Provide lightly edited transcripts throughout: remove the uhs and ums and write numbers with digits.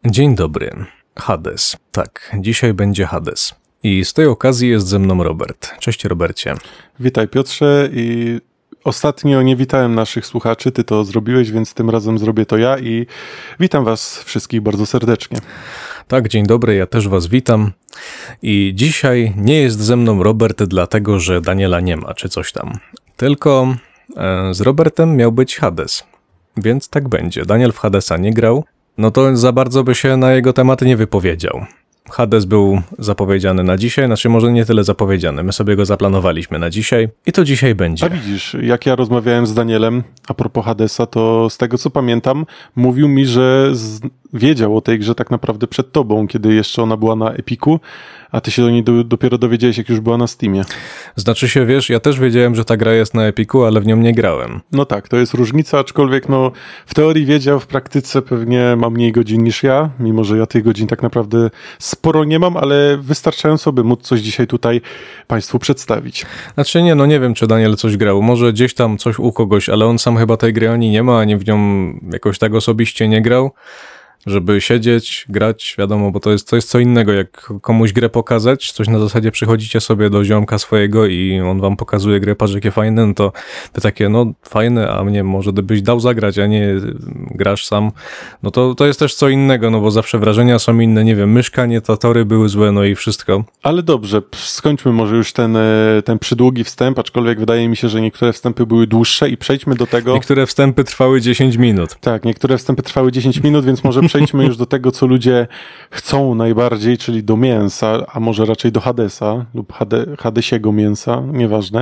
Dzień dobry. Hades. Tak, dzisiaj będzie Hades. I z tej okazji jest ze mną Robert. Cześć Robercie. Witaj Piotrze i ostatnio nie witałem naszych słuchaczy, ty to zrobiłeś, więc tym razem zrobię to ja i witam was wszystkich bardzo serdecznie. Tak, dzień dobry, ja też was witam. I dzisiaj nie jest ze mną Robert dlatego, że Daniela nie ma, czy coś tam. Tylko z Robertem miał być Hades. Więc tak będzie. Daniel w Hadesa nie grał, no to za bardzo by się na jego temat nie wypowiedział. Hades był zapowiedziany na dzisiaj, znaczy może nie tyle zapowiedziany, my sobie go zaplanowaliśmy na dzisiaj i to dzisiaj będzie. A widzisz, jak ja rozmawiałem z Danielem a propos Hadesa, to z tego co pamiętam, mówił mi, że wiedział o tej grze tak naprawdę przed tobą, kiedy jeszcze ona była na Epiku, a ty się do niej dopiero dowiedziałeś, jak już była na Steamie. Znaczy się, wiesz, ja też wiedziałem, że ta gra jest na Epiku, ale w nią nie grałem. No tak, to jest różnica, aczkolwiek no w teorii wiedział, w praktyce pewnie ma mniej godzin niż ja, mimo że ja tych godzin tak naprawdę sporo nie mam, ale wystarczająco, by móc coś dzisiaj tutaj państwu przedstawić. Znaczy nie, no nie wiem, czy Daniel coś grał, może gdzieś tam coś u kogoś, ale on sam chyba tej gry ani nie ma, ani w nią jakoś tak osobiście nie grał. Żeby siedzieć, grać, wiadomo, bo to jest co innego, jak komuś grę pokazać, coś na zasadzie przychodzicie sobie do ziomka swojego i on wam pokazuje grę, patrz jakie fajne, no to ty takie, no fajne, a mnie może byś dał zagrać, a nie grasz sam, no to jest też co innego, no bo zawsze wrażenia są inne, nie wiem, myszka, nie, tory były złe, no i wszystko. Ale dobrze, skończmy może już ten przydługi wstęp, aczkolwiek wydaje mi się, że niektóre wstępy były dłuższe i przejdźmy do tego. Niektóre wstępy trwały 10 minut. Tak, niektóre wstępy trwały 10 minut, więc może przejdźmy już do tego, co ludzie chcą najbardziej, czyli do mięsa, a może raczej do Hadesa lub Hadesiego mięsa, nieważne.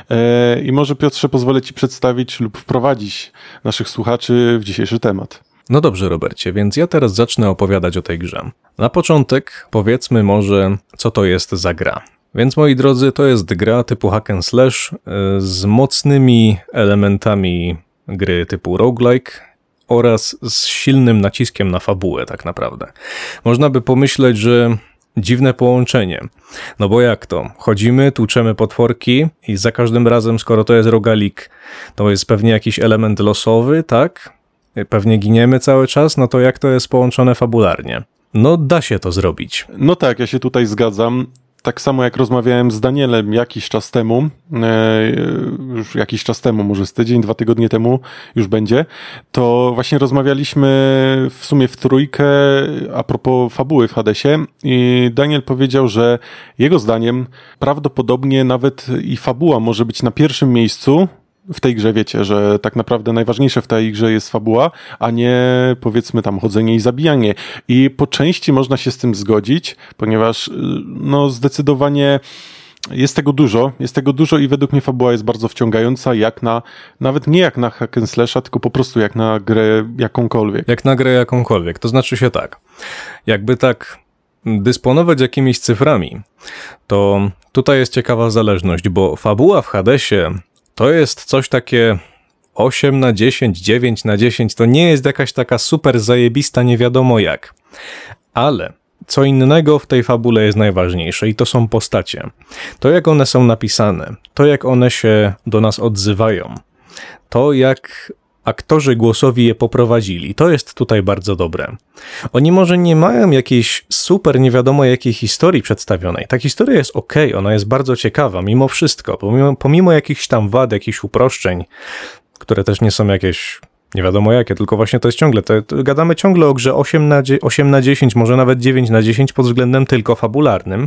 I może Piotrze pozwolę ci przedstawić lub wprowadzić naszych słuchaczy w dzisiejszy temat. No dobrze, Robercie, więc ja teraz zacznę opowiadać o tej grze. Na początek powiedzmy może, co to jest za gra. Więc moi drodzy, to jest gra typu hack and slash z mocnymi elementami gry typu roguelike, oraz z silnym naciskiem na fabułę tak naprawdę. Można by pomyśleć, że dziwne połączenie. No bo jak to? Chodzimy, tłuczemy potworki i za każdym razem, skoro to jest rogalik, to jest pewnie jakiś element losowy, tak? Pewnie giniemy cały czas, no to jak to jest połączone fabularnie? No da się to zrobić. No tak, ja się tutaj zgadzam. Tak samo jak rozmawiałem z Danielem jakiś czas temu, może z tydzień, 2 tygodnie temu już będzie, to właśnie rozmawialiśmy w sumie w trójkę a propos fabuły w Hadesie i Daniel powiedział, że jego zdaniem prawdopodobnie nawet i fabuła może być na pierwszym miejscu w tej grze, wiecie, że tak naprawdę najważniejsze w tej grze jest fabuła, a nie powiedzmy tam chodzenie i zabijanie. I po części można się z tym zgodzić, ponieważ no zdecydowanie jest tego dużo i według mnie fabuła jest bardzo wciągająca, nawet nie jak na hack and slasha, tylko po prostu jak na grę jakąkolwiek. Jak na grę jakąkolwiek, to znaczy się tak, jakby tak dysponować jakimiś cyframi, to tutaj jest ciekawa zależność, bo fabuła w Hadesie to jest coś takie 8/10, 9/10, to nie jest jakaś taka super zajebista nie wiadomo jak. Ale co innego w tej fabule jest najważniejsze i to są postacie. To jak one są napisane, to jak one się do nas odzywają, to jak aktorzy głosowi je poprowadzili, to jest tutaj bardzo dobre. Oni może nie mają jakiejś super nie wiadomo jakiej historii przedstawionej. Ta historia jest okej, ona jest bardzo ciekawa mimo wszystko, pomimo jakichś tam wad, jakichś uproszczeń, które też nie są jakieś nie wiadomo jakie, tylko właśnie to jest ciągle, gadamy ciągle o grze 8/10, może nawet 9/10 pod względem tylko fabularnym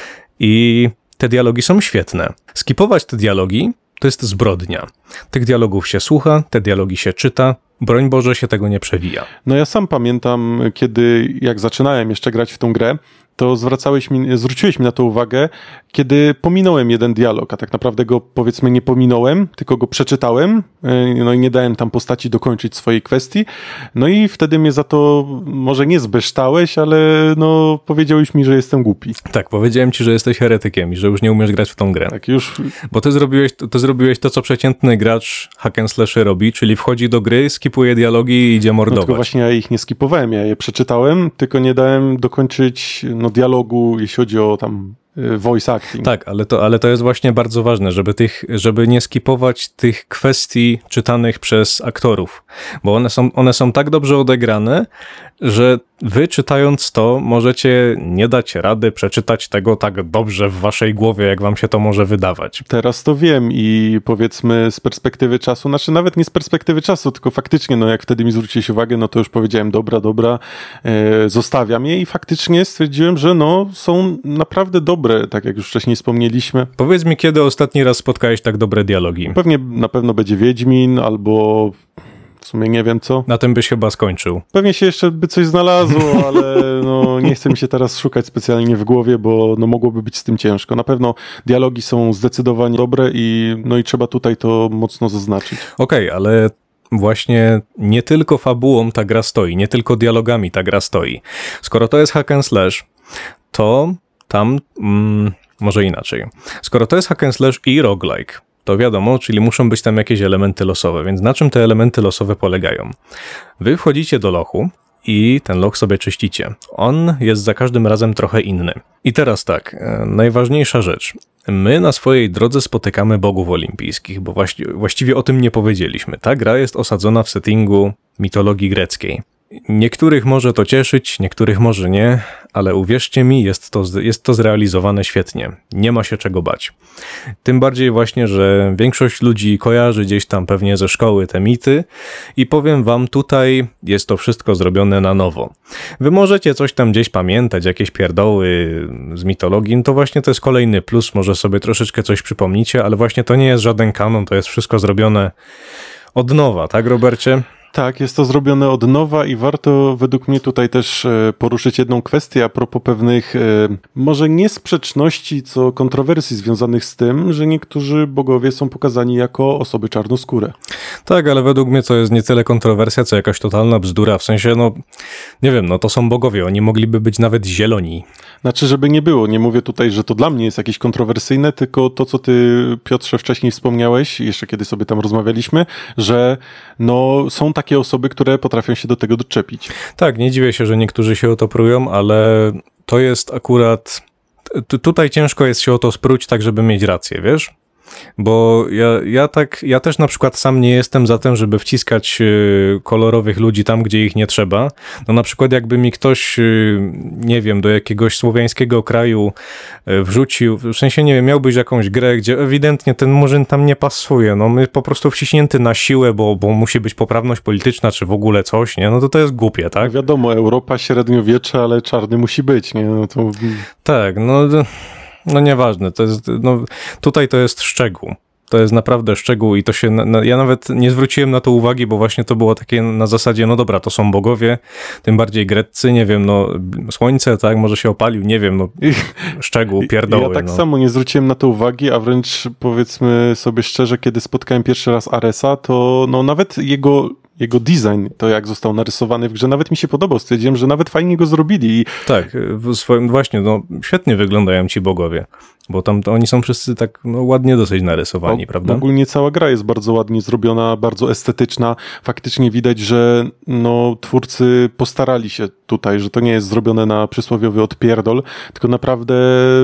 i te dialogi są świetne. Skipować te dialogi to jest zbrodnia. Tych dialogów się słucha, te dialogi się czyta, broń Boże się tego nie przewija. No ja sam pamiętam, jak zaczynałem jeszcze grać w tą grę, to zwróciłeś mi na to uwagę, kiedy pominąłem jeden dialog, a tak naprawdę go powiedzmy nie pominąłem, tylko go przeczytałem, no i nie dałem tam postaci dokończyć swojej kwestii, no i wtedy mnie za to może nie zbeształeś, ale no powiedziałeś mi, że jestem głupi. Tak, powiedziałem ci, że jesteś heretykiem i że już nie umiesz grać w tą grę. Tak, już. Bo ty zrobiłeś to, co przeciętny gracz hack and slashy robi, czyli wchodzi do gry, skipuje dialogi i idzie mordować. No tylko właśnie ja ich nie skipowałem, ja je przeczytałem, tylko nie dałem dokończyć dialogu, jeśli chodzi o tam voice acting. Tak, ale to jest właśnie bardzo ważne, żeby nie skipować tych kwestii czytanych przez aktorów, bo one są tak dobrze odegrane, że wy czytając to możecie nie dać rady przeczytać tego tak dobrze w waszej głowie, jak wam się to może wydawać. Teraz to wiem i powiedzmy z perspektywy czasu, znaczy nawet nie z perspektywy czasu, tylko faktycznie, no jak wtedy mi zwróciłeś uwagę, no to już powiedziałem dobra, zostawiam je i faktycznie stwierdziłem, że no są naprawdę dobre, tak jak już wcześniej wspomnieliśmy. Powiedz mi, kiedy ostatni raz spotkałeś tak dobre dialogi? Pewnie na pewno będzie Wiedźmin albo w sumie nie wiem co. Na tym byś chyba skończył. Pewnie się jeszcze by coś znalazło, ale no nie chcę mi się teraz szukać specjalnie w głowie, bo no mogłoby być z tym ciężko. Na pewno dialogi są zdecydowanie dobre i no i trzeba tutaj to mocno zaznaczyć. Okej, ale właśnie nie tylko fabułą ta gra stoi, nie tylko dialogami ta gra stoi. Skoro to jest hack and slash, to tam... może inaczej. Skoro to jest hack and slash i roguelike, to wiadomo, czyli muszą być tam jakieś elementy losowe, więc na czym te elementy losowe polegają? Wy wchodzicie do lochu i ten loch sobie czyścicie. On jest za każdym razem trochę inny. I teraz tak, najważniejsza rzecz. My na swojej drodze spotykamy bogów olimpijskich, bo właściwie o tym nie powiedzieliśmy. Ta gra jest osadzona w settingu mitologii greckiej. Niektórych może to cieszyć, niektórych może nie, ale uwierzcie mi, jest to zrealizowane świetnie. Nie ma się czego bać. Tym bardziej właśnie, że większość ludzi kojarzy gdzieś tam pewnie ze szkoły te mity i powiem wam, tutaj jest to wszystko zrobione na nowo. Wy możecie coś tam gdzieś pamiętać, jakieś pierdoły z mitologii, no to właśnie to jest kolejny plus, może sobie troszeczkę coś przypomnicie, ale właśnie to nie jest żaden kanon, to jest wszystko zrobione od nowa, tak Robercie? Tak, jest to zrobione od nowa i warto według mnie tutaj też poruszyć jedną kwestię a propos pewnych, może nie sprzeczności, co kontrowersji związanych z tym, że niektórzy bogowie są pokazani jako osoby czarnoskóre. Tak, ale według mnie to jest nie tyle kontrowersja, co jakaś totalna bzdura, w sensie, no, nie wiem, no to są bogowie, oni mogliby być nawet zieloni. Znaczy, żeby nie było, nie mówię tutaj, że to dla mnie jest jakieś kontrowersyjne, tylko to, co ty, Piotrze, wcześniej wspomniałeś, jeszcze kiedy sobie tam rozmawialiśmy, że no są takie osoby, które potrafią się do tego doczepić. Tak, nie dziwię się, że niektórzy się o to prują, ale to jest akurat... Tutaj ciężko jest się o to spróć tak, żeby mieć rację, wiesz? Bo ja też na przykład sam nie jestem za tym, żeby wciskać kolorowych ludzi tam, gdzie ich nie trzeba. No na przykład jakby mi ktoś, nie wiem, do jakiegoś słowiańskiego kraju wrzucił, w sensie nie wiem, miałbyś jakąś grę, gdzie ewidentnie ten murzyn tam nie pasuje, no my po prostu wciśnięty na siłę, bo musi być poprawność polityczna, czy w ogóle coś, nie? No to jest głupie, tak? No wiadomo, Europa, średniowiecze, ale czarny musi być, nie? No to... Tak, no nieważne, to jest, no tutaj to jest szczegół. To jest naprawdę szczegół i to się, ja nawet nie zwróciłem na to uwagi, bo właśnie to było takie na zasadzie, no dobra, to są bogowie, tym bardziej greccy, nie wiem, no słońce, tak, może się opalił, nie wiem, no szczegół, pierdoły. Ja tak samo nie zwróciłem na to uwagi, a wręcz powiedzmy sobie szczerze, kiedy spotkałem pierwszy raz Aresa, to no nawet jego design, to jak został narysowany w grze, nawet mi się podobał. Stwierdziłem, że nawet fajnie go zrobili. Tak, w swoim, właśnie, no świetnie wyglądają ci bogowie, bo tam to oni są wszyscy tak no, ładnie dosyć narysowani, prawda? Ogólnie cała gra jest bardzo ładnie zrobiona, bardzo estetyczna. Faktycznie widać, że no, twórcy postarali się tutaj, że to nie jest zrobione na przysłowiowy odpierdol, tylko naprawdę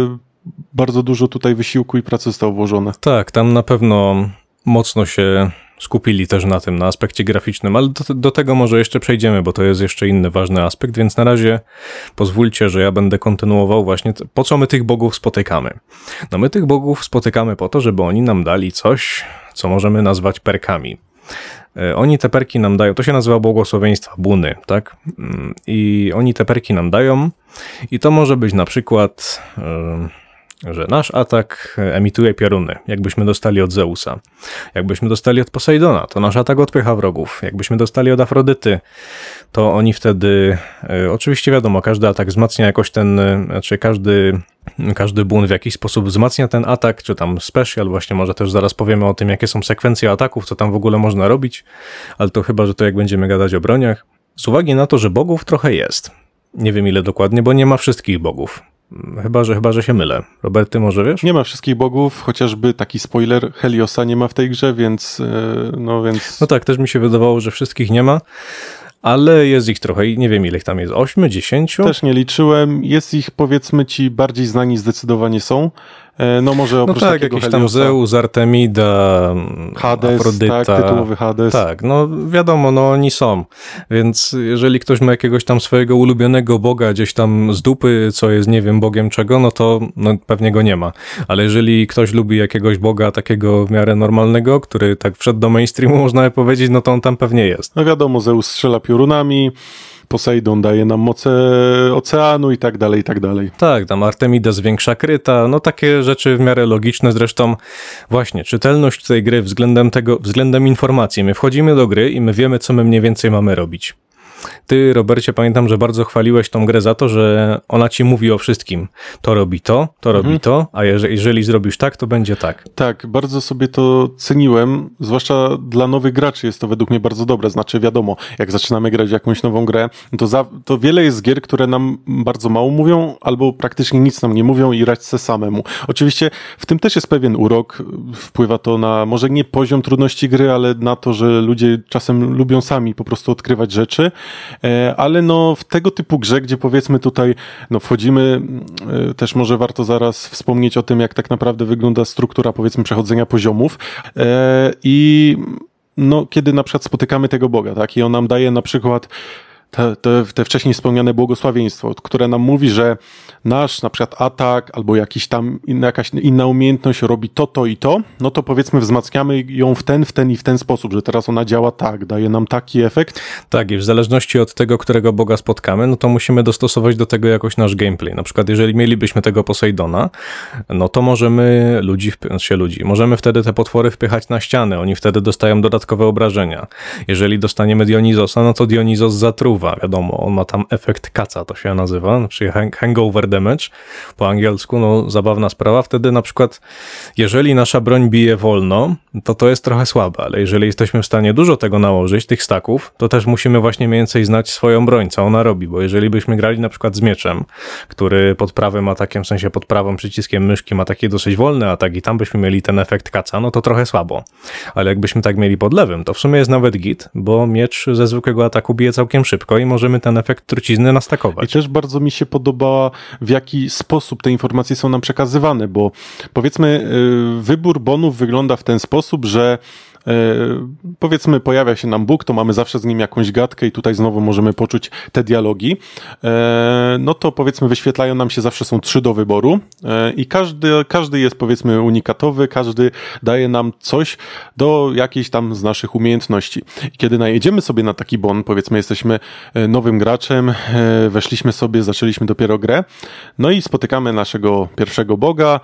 bardzo dużo tutaj wysiłku i pracy zostało włożone. Tak, tam na pewno mocno się skupili też na tym, na aspekcie graficznym, ale do tego może jeszcze przejdziemy, bo to jest jeszcze inny ważny aspekt, więc na razie pozwólcie, że ja będę kontynuował właśnie, po co my tych bogów spotykamy. No my tych bogów spotykamy po to, żeby oni nam dali coś, co możemy nazwać perkami. Oni te perki nam dają, to się nazywa błogosławieństwa Buny, tak? I oni te perki nam dają i to może być na przykład... że nasz atak emituje pioruny, jakbyśmy dostali od Zeusa. Jakbyśmy dostali od Posejdona, to nasz atak odpycha wrogów. Jakbyśmy dostali od Afrodyty, to oni wtedy, oczywiście wiadomo, każdy atak wzmacnia jakoś znaczy każdy bun w jakiś sposób wzmacnia ten atak, czy tam special, właśnie może też zaraz powiemy o tym, jakie są sekwencje ataków, co tam w ogóle można robić, ale to chyba, że to jak będziemy gadać o broniach. Z uwagi na to, że bogów trochę jest. Nie wiem ile dokładnie, bo nie ma wszystkich bogów. Chyba, że się mylę. Robert, ty może wiesz? Nie ma wszystkich bogów, chociażby taki spoiler, Heliosa nie ma w tej grze, więc... No tak, też mi się wydawało, że wszystkich nie ma, ale jest ich trochę i nie wiem ile ich tam jest, 8, 10? Też nie liczyłem, jest ich powiedzmy ci bardziej znani zdecydowanie są. No może oprócz tak, takiego jakiś tam Heliosa. Zeus, Artemida, Hades, Afrodyta. tak, tytułowy Hades. Tak, no wiadomo, no oni są. Więc jeżeli ktoś ma jakiegoś tam swojego ulubionego boga gdzieś tam z dupy, co jest nie wiem bogiem czego, no to pewnie go nie ma. Ale jeżeli ktoś lubi jakiegoś boga takiego w miarę normalnego, który tak wszedł do mainstreamu, można by powiedzieć, no to on tam pewnie jest. No wiadomo, Zeus strzela piorunami, Posejdon daje nam moce oceanu i tak dalej, i tak dalej. Tak, tam Artemida zwiększa kryta, no takie rzeczy w miarę logiczne, zresztą właśnie czytelność tej gry względem informacji. My wchodzimy do gry i my wiemy, co my mniej więcej mamy robić. Ty, Robercie, pamiętam, że bardzo chwaliłeś tą grę za to, że ona ci mówi o wszystkim. To robi to robi to, a jeżeli zrobisz tak, to będzie tak. Tak, bardzo sobie to ceniłem, zwłaszcza dla nowych graczy jest to według mnie bardzo dobre. Znaczy wiadomo, jak zaczynamy grać w jakąś nową grę, to wiele jest gier, które nam bardzo mało mówią, albo praktycznie nic nam nie mówią i radź se samemu. Oczywiście w tym też jest pewien urok, wpływa to na może nie poziom trudności gry, ale na to, że ludzie czasem lubią sami po prostu odkrywać rzeczy, ale no w tego typu grze, gdzie powiedzmy tutaj no wchodzimy, też może warto zaraz wspomnieć o tym, jak tak naprawdę wygląda struktura powiedzmy przechodzenia poziomów i no kiedy na przykład spotykamy tego Boga, tak, i on nam daje na przykład te wcześniej wspomniane błogosławieństwo, które nam mówi, że nasz na przykład atak albo jakaś inna umiejętność robi to i to, no to powiedzmy wzmacniamy ją w ten sposób, że teraz ona działa tak, daje nam taki efekt. Tak, i w zależności od tego, którego Boga spotkamy, no to musimy dostosować do tego jakoś nasz gameplay. Na przykład jeżeli mielibyśmy tego Posejdona, no to możemy możemy wtedy te potwory wpychać na ścianę, oni wtedy dostają dodatkowe obrażenia. Jeżeli dostaniemy Dionizosa, no to Dionizos zatruwa. Wiadomo, on ma tam efekt kaca, to się nazywa, czyli hangover damage po angielsku, no zabawna sprawa. Wtedy na przykład, jeżeli nasza broń bije wolno, to jest trochę słabe, ale jeżeli jesteśmy w stanie dużo tego nałożyć, tych staków, to też musimy właśnie mniej więcej znać swoją broń, co ona robi, bo jeżeli byśmy grali na przykład z mieczem, który pod prawym atakiem, w sensie pod prawym przyciskiem myszki ma taki dosyć wolny atak i tam byśmy mieli ten efekt kaca, no to trochę słabo. Ale jakbyśmy tak mieli pod lewym, to w sumie jest nawet git, bo miecz ze zwykłego ataku bije całkiem szybko i możemy ten efekt trucizny nastakować. I też bardzo mi się podoba, w jaki sposób te informacje są nam przekazywane, bo powiedzmy wybór bonów wygląda w ten sposób, że powiedzmy pojawia się nam Bóg, to mamy zawsze z nim jakąś gadkę i tutaj znowu możemy poczuć te dialogi, no to powiedzmy wyświetlają nam się, zawsze są 3 do wyboru i każdy jest powiedzmy unikatowy, każdy daje nam coś do jakiejś tam z naszych umiejętności. I kiedy najedziemy sobie na taki bon, powiedzmy jesteśmy nowym graczem, weszliśmy sobie, zaczęliśmy dopiero grę, no i spotykamy naszego pierwszego Boga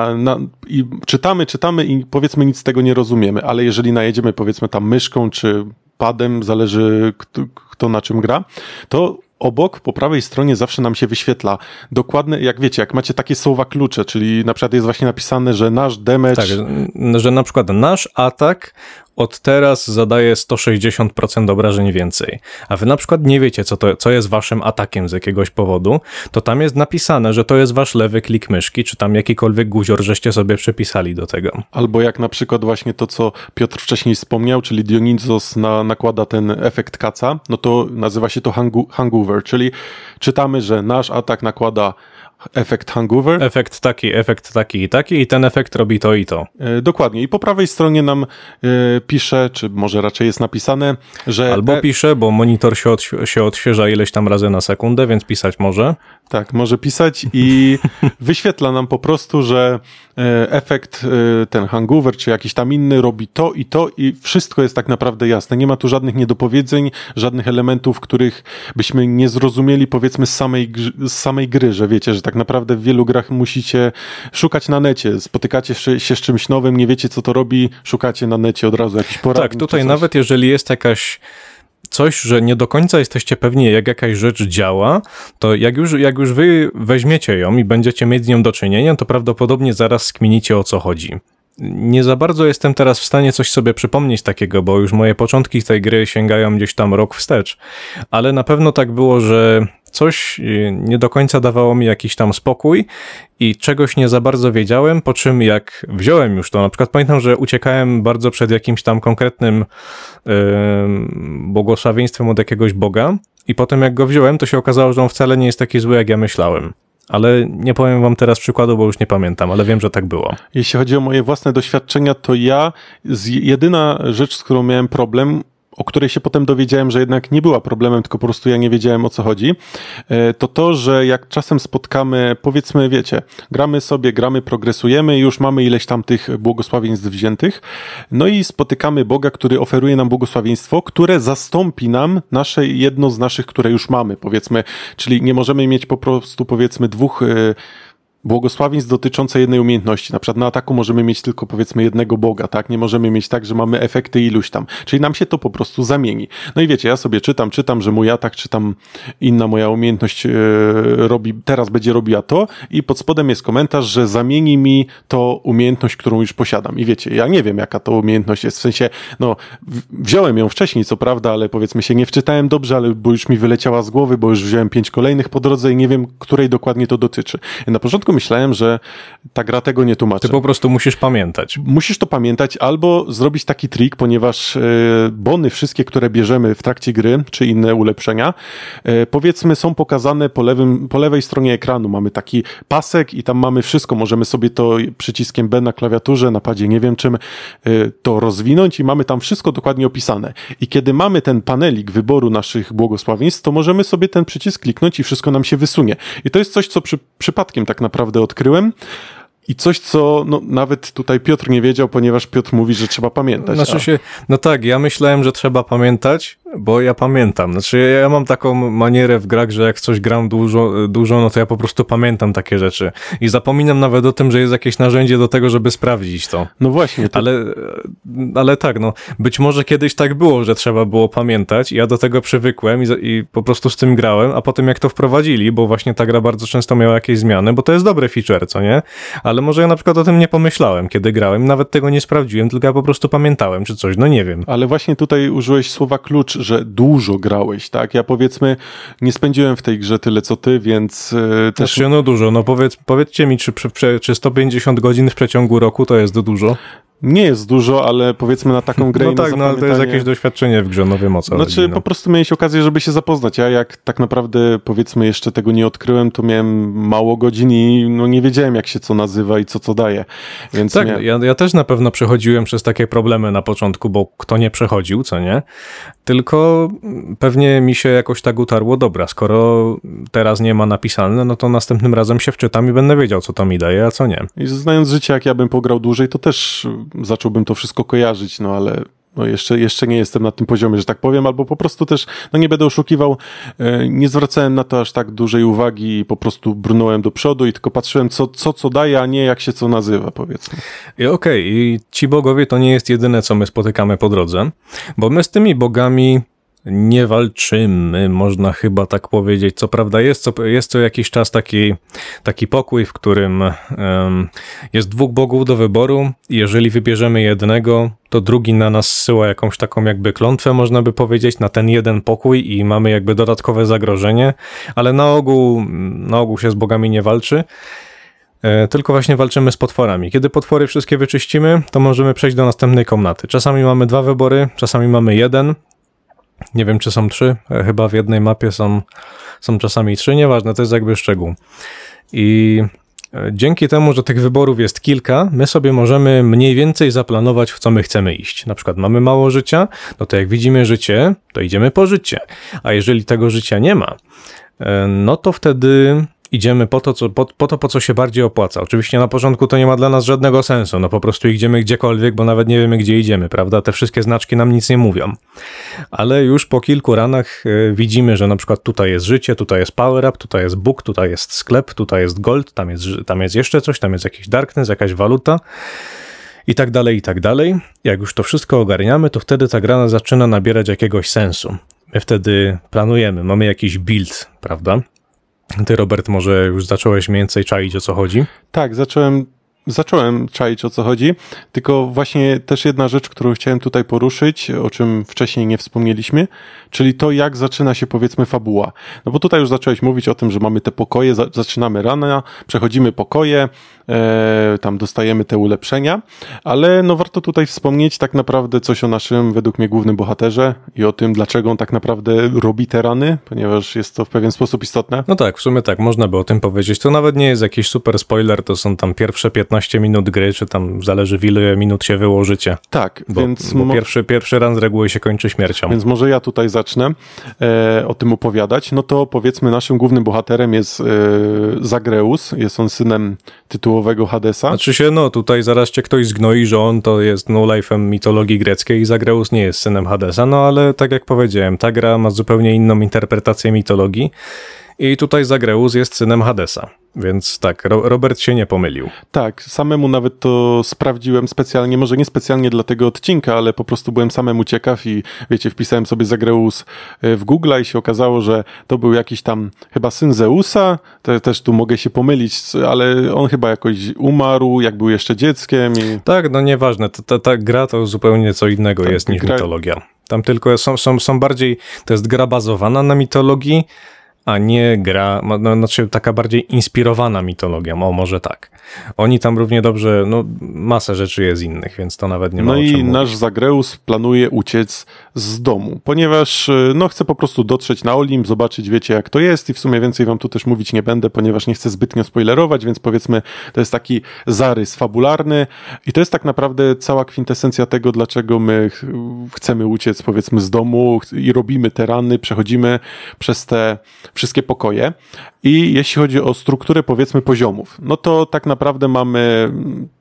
i czytamy i powiedzmy nic z tego nie rozumiemy, ale jeżeli najedziemy powiedzmy tam myszką czy padem, zależy kto na czym gra, to obok, po prawej stronie zawsze nam się wyświetla dokładne, jak wiecie, jak macie takie słowa klucze, czyli na przykład jest właśnie napisane, że nasz damage... Tak, że na przykład nasz atak od teraz zadaje 160% obrażeń więcej, a wy na przykład nie wiecie, co jest waszym atakiem z jakiegoś powodu, to tam jest napisane, że to jest wasz lewy klik myszki, czy tam jakikolwiek guzior, żeście sobie przepisali do tego. Albo jak na przykład właśnie to, co Piotr wcześniej wspomniał, czyli Dionizos nakłada ten efekt kaca, no to nazywa się to hangover, czyli czytamy, że nasz atak nakłada efekt hangover. Efekt taki i taki i ten efekt robi to i to. Dokładnie. I po prawej stronie nam pisze, czy może raczej jest napisane, że... Albo pisze, bo monitor się odświeża ileś tam razy na sekundę, więc pisać może. Tak, może pisać i wyświetla nam po prostu, że efekt ten hangover, czy jakiś tam inny robi to i wszystko jest tak naprawdę jasne. Nie ma tu żadnych niedopowiedzeń, żadnych elementów, których byśmy nie zrozumieli powiedzmy z samej gry, że wiecie, że tak naprawdę w wielu grach musicie szukać na necie, spotykacie się z czymś nowym, nie wiecie co to robi, szukacie na necie od razu jakiś poradnik. Tak, tutaj nawet jeżeli jest coś, że nie do końca jesteście pewni, jak jakaś rzecz działa, to jak już wy weźmiecie ją i będziecie mieć z nią do czynienia, to prawdopodobnie zaraz skminicie, o co chodzi. Nie za bardzo jestem teraz w stanie coś sobie przypomnieć takiego, bo już moje początki tej gry sięgają gdzieś tam rok wstecz, ale na pewno tak było, że coś nie do końca dawało mi jakiś tam spokój i czegoś nie za bardzo wiedziałem, po czym jak wziąłem już to, na przykład pamiętam, że uciekałem bardzo przed jakimś tam konkretnym błogosławieństwem od jakiegoś Boga i potem jak go wziąłem, to się okazało, że on wcale nie jest taki zły, jak ja myślałem. ale nie powiem wam teraz przykładu, bo już nie pamiętam, ale wiem, że tak było. Jeśli chodzi o moje własne doświadczenia, to jedyna rzecz, z którą miałem problem, o której się potem dowiedziałem, że jednak nie była problemem, tylko po prostu ja nie wiedziałem, o co chodzi, to, że jak czasem spotkamy, powiedzmy, wiecie, gramy, progresujemy i już mamy ileś tam tych błogosławieństw wziętych, no i spotykamy Boga, który oferuje nam błogosławieństwo, które zastąpi nam jedno z naszych, które już mamy, powiedzmy, czyli nie możemy mieć po prostu, powiedzmy, dwóch błogosławieństw dotyczące jednej umiejętności. Na przykład na ataku możemy mieć tylko, powiedzmy, jednego Boga, tak? Nie możemy mieć tak, że mamy efekty iluś tam. Czyli nam się to po prostu zamieni. No i wiecie, ja sobie czytam, że mój atak, czy tam inna moja umiejętność teraz będzie robiła to i pod spodem jest komentarz, że zamieni mi to umiejętność, którą już posiadam. I wiecie, ja nie wiem, jaka to umiejętność jest. W sensie, no, wziąłem ją wcześniej, co prawda, ale powiedzmy się, nie wczytałem dobrze, ale bo już mi wyleciała z głowy, bo już wziąłem 5 kolejnych po drodze i nie wiem, której dokładnie to dotyczy. Na początku myślałem, że ta gra tego nie tłumaczy. Ty po prostu musisz pamiętać. Musisz to pamiętać albo zrobić taki trik, ponieważ bony wszystkie, które bierzemy w trakcie gry, czy inne ulepszenia, powiedzmy są pokazane po lewej stronie ekranu. Mamy taki pasek i tam mamy wszystko. Możemy sobie to przyciskiem B na klawiaturze, na padzie, nie wiem czym, to rozwinąć i mamy tam wszystko dokładnie opisane. I kiedy mamy ten panelik wyboru naszych błogosławieństw, to możemy sobie ten przycisk kliknąć i wszystko nam się wysunie. I to jest coś, co przypadkiem tak naprawdę odkryłem i coś, co no, nawet tutaj Piotr nie wiedział, ponieważ Piotr mówi, że trzeba pamiętać. No tak, ja myślałem, że trzeba pamiętać, bo ja pamiętam. Znaczy ja mam taką manierę w grach, że jak coś gram dużo, no to ja po prostu pamiętam takie rzeczy. I zapominam nawet o tym, że jest jakieś narzędzie do tego, żeby sprawdzić to. No właśnie. To... Ale tak, no być może kiedyś tak było, że trzeba było pamiętać. Ja do tego przywykłem i po prostu z tym grałem, a potem jak to wprowadzili, bo właśnie ta gra bardzo często miała jakieś zmiany, bo to jest dobry feature, co nie? Ale może ja na przykład o tym nie pomyślałem, kiedy grałem, nawet tego nie sprawdziłem, tylko ja po prostu pamiętałem, czy coś, no nie wiem. Ale właśnie tutaj użyłeś słowa klucz, że dużo grałeś, tak? Ja powiedzmy, nie spędziłem w tej grze tyle co ty, więc też... Znaczy, no dużo, no powiedzcie mi, czy 150 godzin w przeciągu roku to jest dużo? Nie jest dużo, ale powiedzmy na taką grę... No tak, no ale to jest jakieś doświadczenie w grze, no wiem o co chodzi. Znaczy po prostu miałeś okazję, żeby się zapoznać. Ja jak tak naprawdę powiedzmy jeszcze tego nie odkryłem, to miałem mało godzin i no nie wiedziałem jak się co nazywa i co daje. Więc tak, ja też na pewno przechodziłem przez takie problemy na początku, bo kto nie przechodził, co nie? Tylko pewnie mi się jakoś tak utarło, dobra, skoro teraz nie ma napisane, no to następnym razem się wczytam i będę wiedział, co to mi daje, a co nie. I znając życie, jak ja bym pograł dłużej, to też zacząłbym to wszystko kojarzyć, no ale no jeszcze nie jestem na tym poziomie, że tak powiem, albo po prostu też, no nie będę oszukiwał, nie zwracałem na to aż tak dużej uwagi i po prostu brnąłem do przodu i tylko patrzyłem, co daje, a nie jak się co nazywa, powiedzmy. I okej, i ci bogowie to nie jest jedyne, co my spotykamy po drodze, bo my z tymi bogami nie walczymy, można chyba tak powiedzieć. Co prawda jest co jakiś czas taki pokój, w którym jest dwóch bogów do wyboru i jeżeli wybierzemy jednego, to drugi na nas zsyła jakąś taką jakby klątwę, można by powiedzieć, na ten jeden pokój i mamy jakby dodatkowe zagrożenie, ale na ogół się z bogami nie walczy. Tylko właśnie walczymy z potworami. Kiedy potwory wszystkie wyczyścimy, to możemy przejść do następnej komnaty. Czasami mamy 2 wybory, czasami mamy 1. Nie wiem, czy są 3. Chyba w jednej mapie są czasami 3. Nieważne, to jest jakby szczegół. I dzięki temu, że tych wyborów jest kilka, my sobie możemy mniej więcej zaplanować, w co my chcemy iść. Na przykład mamy mało życia, no to jak widzimy życie, to idziemy po życie. A jeżeli tego życia nie ma, no to wtedy idziemy po co się bardziej opłaca. Oczywiście na początku to nie ma dla nas żadnego sensu, no po prostu idziemy gdziekolwiek, bo nawet nie wiemy, gdzie idziemy, prawda? Te wszystkie znaczki nam nic nie mówią. Ale już po kilku ranach widzimy, że na przykład tutaj jest życie, tutaj jest power up, tutaj jest Bóg, tutaj jest sklep, tutaj jest gold, tam jest jeszcze coś, tam jest jakiś darkness, jakaś waluta i tak dalej, i tak dalej. Jak już to wszystko ogarniamy, to wtedy ta gra zaczyna nabierać jakiegoś sensu. My wtedy planujemy, mamy jakiś build, prawda? Ty, Robert, może już zacząłeś mniej więcej czaić, o co chodzi? Tak, zacząłem zacząłem czaić, o co chodzi, tylko właśnie też jedna rzecz, którą chciałem tutaj poruszyć, o czym wcześniej nie wspomnieliśmy, czyli to, jak zaczyna się, powiedzmy, fabuła. No bo tutaj już zacząłeś mówić o tym, że mamy te pokoje, zaczynamy rana, przechodzimy pokoje, tam dostajemy te ulepszenia, ale no warto tutaj wspomnieć tak naprawdę coś o naszym, według mnie, głównym bohaterze i o tym, dlaczego on tak naprawdę robi te rany, ponieważ jest to w pewien sposób istotne. No tak, w sumie tak, można by o tym powiedzieć. To nawet nie jest jakiś super spoiler, to są tam pierwsze 15 minut gry, czy tam zależy, w ile minut się wyłożycie. Tak, więc... Bo pierwszy ran z reguły się kończy śmiercią. Więc może ja tutaj zacznę o tym opowiadać. No to powiedzmy, naszym głównym bohaterem jest Zagreus, jest on synem tytułowego Hadesa. Znaczy się, no tutaj zaraz cię ktoś zgnoi, że on to jest no-life'em mitologii greckiej i Zagreus nie jest synem Hadesa, no ale tak jak powiedziałem, ta gra ma zupełnie inną interpretację mitologii i tutaj Zagreus jest synem Hadesa, więc tak, Robert się nie pomylił. Tak, samemu nawet to sprawdziłem specjalnie, może nie specjalnie dla tego odcinka, ale po prostu byłem samemu ciekaw i wiecie, wpisałem sobie Zagreus w Google i się okazało, że to był jakiś tam chyba syn Zeusa, też tu mogę się pomylić, ale on chyba jakoś umarł, jak był jeszcze dzieckiem. I... Tak, no nieważne, ta gra to zupełnie co innego tak, jest niż mitologia. Tam tylko są bardziej, to jest gra bazowana na mitologii, a nie gra, znaczy taka bardziej inspirowana mitologią, o może tak. Oni tam równie dobrze, no masę rzeczy jest innych, więc to nawet nie ma o czym mówić. Nasz Zagreus planuje uciec z domu, ponieważ no chce po prostu dotrzeć na Olimp, zobaczyć, wiecie, jak to jest i w sumie więcej wam tu też mówić nie będę, ponieważ nie chcę zbytnio spoilerować, więc powiedzmy, to jest taki zarys fabularny i to jest tak naprawdę cała kwintesencja tego, dlaczego my chcemy uciec, powiedzmy, z domu i robimy te rany, przechodzimy przez te wszystkie pokoje i jeśli chodzi o strukturę, powiedzmy, poziomów, no to tak naprawdę mamy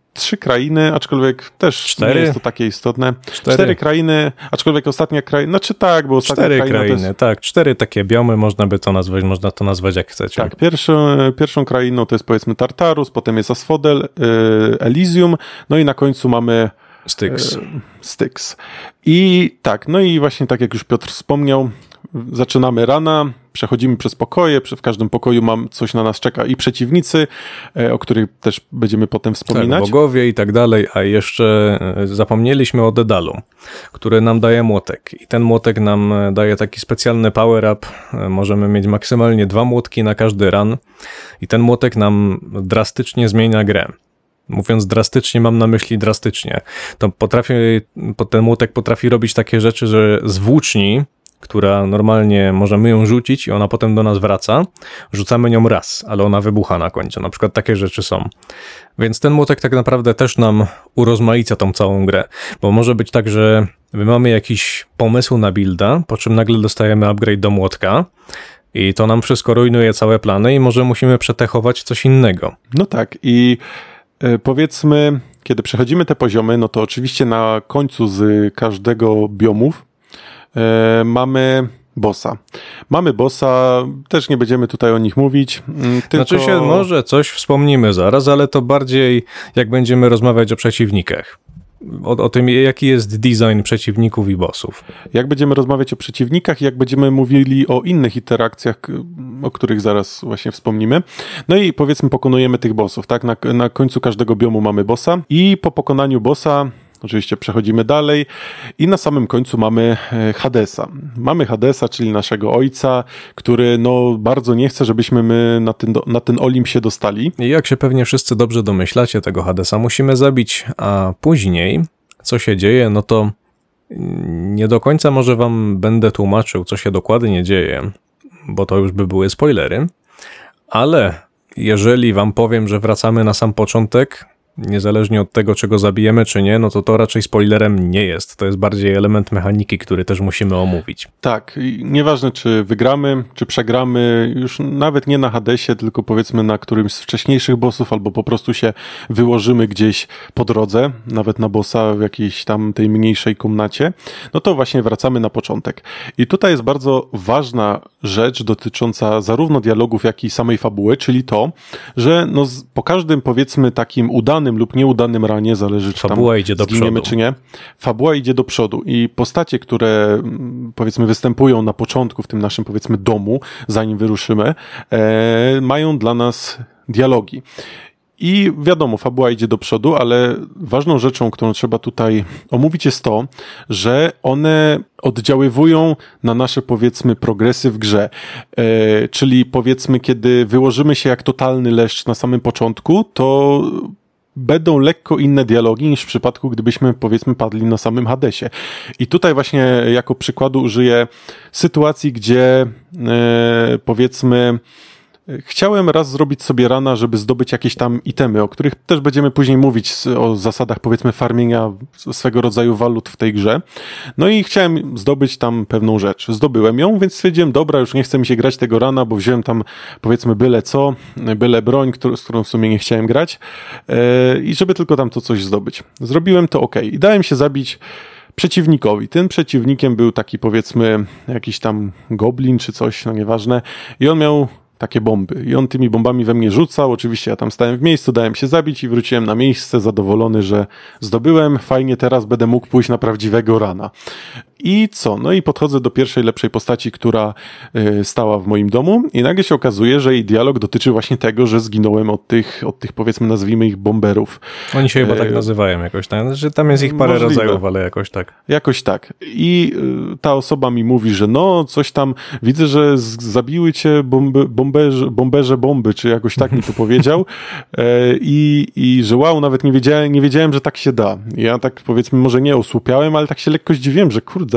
3 krainy, aczkolwiek też 4. nie jest to takie istotne. 4 krainy, aczkolwiek ostatnia kraina, znaczy tak, bo ostatnia 4 kraina krainy, to jest... tak, 4 takie biomy, można to nazwać jak chcecie. Tak, pierwszą krainą to jest, powiedzmy, Tartarus, potem jest Asphodel, Elysium, no i na końcu mamy Styx. I tak, no i właśnie tak jak już Piotr wspomniał, zaczynamy rana, przechodzimy przez pokoje, w każdym pokoju coś na nas czeka i przeciwnicy, o których też będziemy potem wspominać. Tak, bogowie i tak dalej, a jeszcze zapomnieliśmy o Dedalu, który nam daje młotek i ten młotek nam daje taki specjalny power up, możemy mieć maksymalnie 2 młotki na każdy run i ten młotek nam drastycznie zmienia grę. Mówiąc drastycznie, mam na myśli drastycznie. Ten młotek potrafi robić takie rzeczy, że z włóczni, która normalnie możemy ją rzucić i ona potem do nas wraca, rzucamy nią raz, ale ona wybucha na końcu. Na przykład takie rzeczy są. Więc ten młotek tak naprawdę też nam urozmaica tą całą grę, bo może być tak, że my mamy jakiś pomysł na builda, po czym nagle dostajemy upgrade do młotka i to nam wszystko rujnuje całe plany i może musimy przetechować coś innego. No tak i powiedzmy, kiedy przechodzimy te poziomy, no to oczywiście na końcu z każdego biomów mamy bossa. Mamy bossa, też nie będziemy tutaj o nich mówić. Tylko... Znaczy się, może coś wspomnimy zaraz, ale to bardziej jak będziemy rozmawiać o przeciwnikach. O tym, jaki jest design przeciwników i bossów. Jak będziemy rozmawiać o przeciwnikach, jak będziemy mówili o innych interakcjach, o których zaraz właśnie wspomnimy. No i powiedzmy pokonujemy tych bossów, tak? Na końcu każdego biomu mamy bossa i po pokonaniu bossa oczywiście przechodzimy dalej i na samym końcu mamy Hadesa. Mamy Hadesa, czyli naszego ojca, który no bardzo nie chce, żebyśmy my na ten Olimp się dostali. I jak się pewnie wszyscy dobrze domyślacie, tego Hadesa musimy zabić, a później co się dzieje, no to nie do końca może wam będę tłumaczył, co się dokładnie dzieje, bo to już by były spoilery, ale jeżeli wam powiem, że wracamy na sam początek, niezależnie od tego, czego zabijemy, czy nie, no to raczej spoilerem nie jest. To jest bardziej element mechaniki, który też musimy omówić. Tak, i nieważne czy wygramy, czy przegramy, już nawet nie na Hadesie, tylko powiedzmy na którymś z wcześniejszych bossów, albo po prostu się wyłożymy gdzieś po drodze, nawet na bossa w jakiejś tam tej mniejszej komnacie, no to właśnie wracamy na początek. I tutaj jest bardzo ważna rzecz dotycząca zarówno dialogów, jak i samej fabuły, czyli to, że no po każdym, powiedzmy, takim udanym lub nieudanym ranie, zależy czy fabuła tam idzie do zginiemy przodu. czy nie, fabuła idzie do przodu i postacie, które powiedzmy występują na początku w tym naszym, powiedzmy, domu, zanim wyruszymy, mają dla nas dialogi. I wiadomo, fabuła idzie do przodu, ale ważną rzeczą, którą trzeba tutaj omówić jest to, że one oddziaływują na nasze, powiedzmy, progresy w grze. Czyli powiedzmy, kiedy wyłożymy się jak totalny leszcz na samym początku, to będą lekko inne dialogi niż w przypadku, gdybyśmy, powiedzmy, padli na samym Hadesie. I tutaj właśnie jako przykładu użyję sytuacji, gdzie powiedzmy chciałem raz zrobić sobie rana, żeby zdobyć jakieś tam itemy, o których też będziemy później mówić, o zasadach, powiedzmy, farmienia swego rodzaju walut w tej grze. No i chciałem zdobyć tam pewną rzecz. Zdobyłem ją, więc stwierdziłem, dobra, już nie chce mi się grać tego rana, bo wziąłem tam, powiedzmy, byle co, byle broń, z którą w sumie nie chciałem grać i żeby tylko tam to coś zdobyć. Zrobiłem to, okej. I dałem się zabić przeciwnikowi. Tym przeciwnikiem był taki, powiedzmy, jakiś tam goblin czy coś, no nieważne. I on miał takie bomby. I on tymi bombami we mnie rzucał. Oczywiście ja tam stałem w miejscu, dałem się zabić i wróciłem na miejsce zadowolony, że zdobyłem. Fajnie, teraz będę mógł pójść na prawdziwego rana. I co? No i podchodzę do pierwszej lepszej postaci, która stała w moim domu i nagle się okazuje, że jej dialog dotyczy właśnie tego, że zginąłem od tych powiedzmy, nazwijmy ich bomberów. Oni się chyba tak nazywają jakoś, tak? Że tam jest ich parę Możliwe. rodzajów, ale jakoś tak. Jakoś tak. I ta osoba mi mówi, że no, coś tam, widzę, że zabiły cię bomberze bomby, czy jakoś tak mi to powiedział. I że wow, nawet nie wiedziałem, że tak się da. Ja tak, powiedzmy, może nie osłupiałem, ale tak się lekko zdziwiłem, że kurde,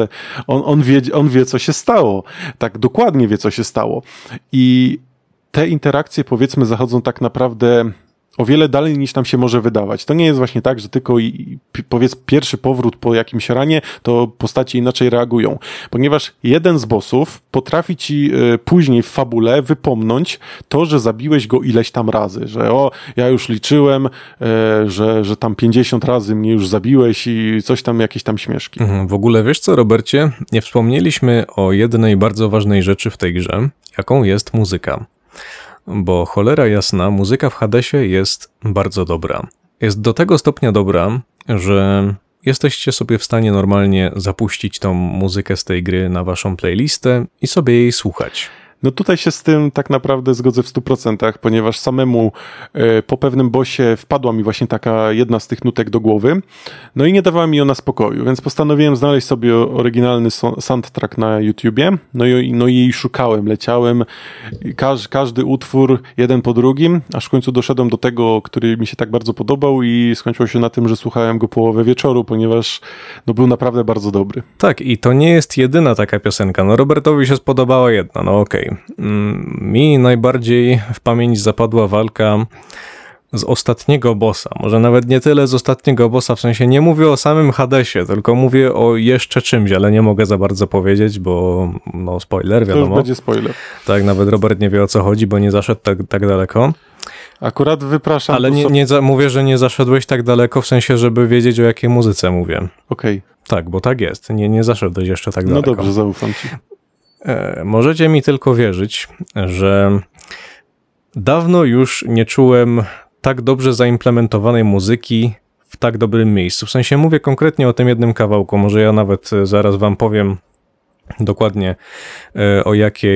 on wie, co się stało. Tak dokładnie wie, co się stało. I te interakcje, powiedzmy, zachodzą tak naprawdę o wiele dalej niż nam się może wydawać. To nie jest właśnie tak, że tylko powiedz pierwszy powrót po jakimś ranie, to postacie inaczej reagują. Ponieważ jeden z bossów potrafi ci później w fabule wypomnąć to, że zabiłeś go ileś tam razy, że ja już liczyłem, że tam 50 razy mnie już zabiłeś i coś tam, jakieś tam śmieszki. W ogóle wiesz co, Robercie? Nie wspomnieliśmy o jednej bardzo ważnej rzeczy w tej grze, jaką jest muzyka. Bo cholera jasna, muzyka w Hadesie jest bardzo dobra. Jest do tego stopnia dobra, że jesteście sobie w stanie normalnie zapuścić tą muzykę z tej gry na waszą playlistę i sobie jej słuchać. No tutaj się z tym tak naprawdę zgodzę w 100%, ponieważ samemu po pewnym bossie wpadła mi właśnie taka jedna z tych nutek do głowy, no i nie dawała mi ona spokoju, więc postanowiłem znaleźć sobie oryginalny soundtrack na YouTubie, no i szukałem, leciałem, każdy utwór jeden po drugim, aż w końcu doszedłem do tego, który mi się tak bardzo podobał i skończyło się na tym, że słuchałem go połowę wieczoru, ponieważ no, był naprawdę bardzo dobry. Tak, i to nie jest jedyna taka piosenka. No Robertowi się spodobała jedna, no okej. Mi najbardziej w pamięć zapadła walka z ostatniego bossa. Może nawet nie tyle z ostatniego bossa, w sensie nie mówię o samym Hadesie, tylko mówię o jeszcze czymś, ale nie mogę za bardzo powiedzieć, bo no spoiler, wiadomo. To już będzie spoiler. Tak, nawet Robert nie wie, o co chodzi, bo nie zaszedł tak daleko. Akurat wypraszam. Ale mówię, że nie zaszedłeś tak daleko, w sensie, żeby wiedzieć, o jakiej muzyce mówię. Okej. Tak, bo tak jest. Nie zaszedłeś jeszcze tak daleko. No dobrze, zaufam ci. Możecie mi tylko wierzyć, że dawno już nie czułem tak dobrze zaimplementowanej muzyki w tak dobrym miejscu. W sensie mówię konkretnie o tym jednym kawałku. Może ja nawet zaraz wam powiem dokładnie o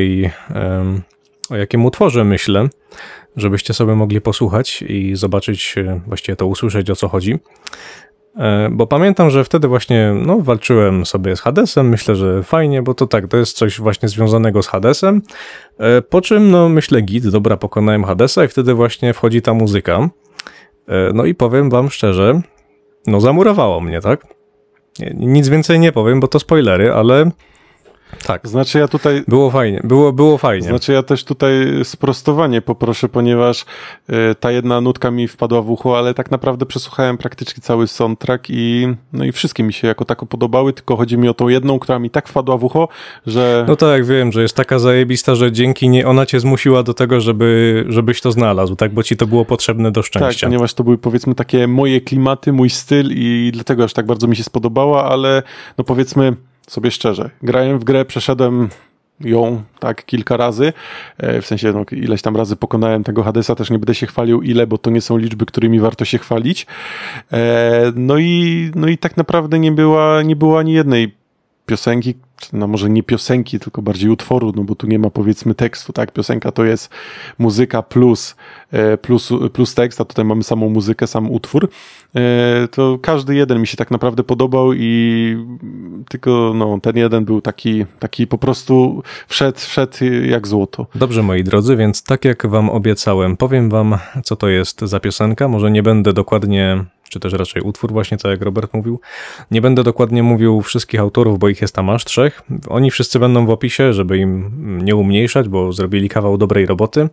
jakim utworze myślę, żebyście sobie mogli posłuchać i zobaczyć, właściwie to usłyszeć, o co chodzi. Bo pamiętam, że wtedy właśnie walczyłem sobie z Hadesem, myślę, że fajnie, bo to tak, to jest coś właśnie związanego z Hadesem, po czym myślę git, dobra, pokonałem Hadesa i wtedy właśnie wchodzi ta muzyka. No i powiem wam szczerze, zamurowało mnie, tak? Nic więcej nie powiem, bo to spoilery, ale tak. Znaczy ja tutaj... Było fajnie. Znaczy ja też tutaj sprostowanie poproszę, ponieważ ta jedna nutka mi wpadła w ucho, ale tak naprawdę przesłuchałem praktycznie cały soundtrack i wszystkie mi się jako tako podobały, tylko chodzi mi o tą jedną, która mi tak wpadła w ucho, że... No tak, wiem, że jest taka zajebista, że dzięki niej ona cię zmusiła do tego, żebyś to znalazł, tak? Bo ci to było potrzebne do szczęścia. Tak, ponieważ to były, powiedzmy, takie moje klimaty, mój styl i dlatego aż tak bardzo mi się spodobała, ale powiedzmy sobie szczerze, grałem w grę, przeszedłem ją tak kilka razy, w sensie ileś tam razy pokonałem tego Hadesa, też nie będę się chwalił ile, bo to nie są liczby, którymi warto się chwalić. No i tak naprawdę nie było ani jednej piosenki, no może nie piosenki, tylko bardziej utworu, no bo tu nie ma powiedzmy tekstu, tak? Piosenka to jest muzyka plus tekst, a tutaj mamy samą muzykę, sam utwór. To każdy jeden mi się tak naprawdę podobał i tylko no, ten jeden był taki po prostu wszedł jak złoto. Dobrze, moi drodzy, więc tak jak wam obiecałem, powiem wam, co to jest za piosenka. Może nie będę dokładnie, czy też raczej utwór właśnie, tak jak Robert mówił. Nie będę dokładnie mówił wszystkich autorów, bo ich jest tam aż 3. Oni wszyscy będą w opisie, żeby im nie umniejszać, bo zrobili kawał dobrej roboty.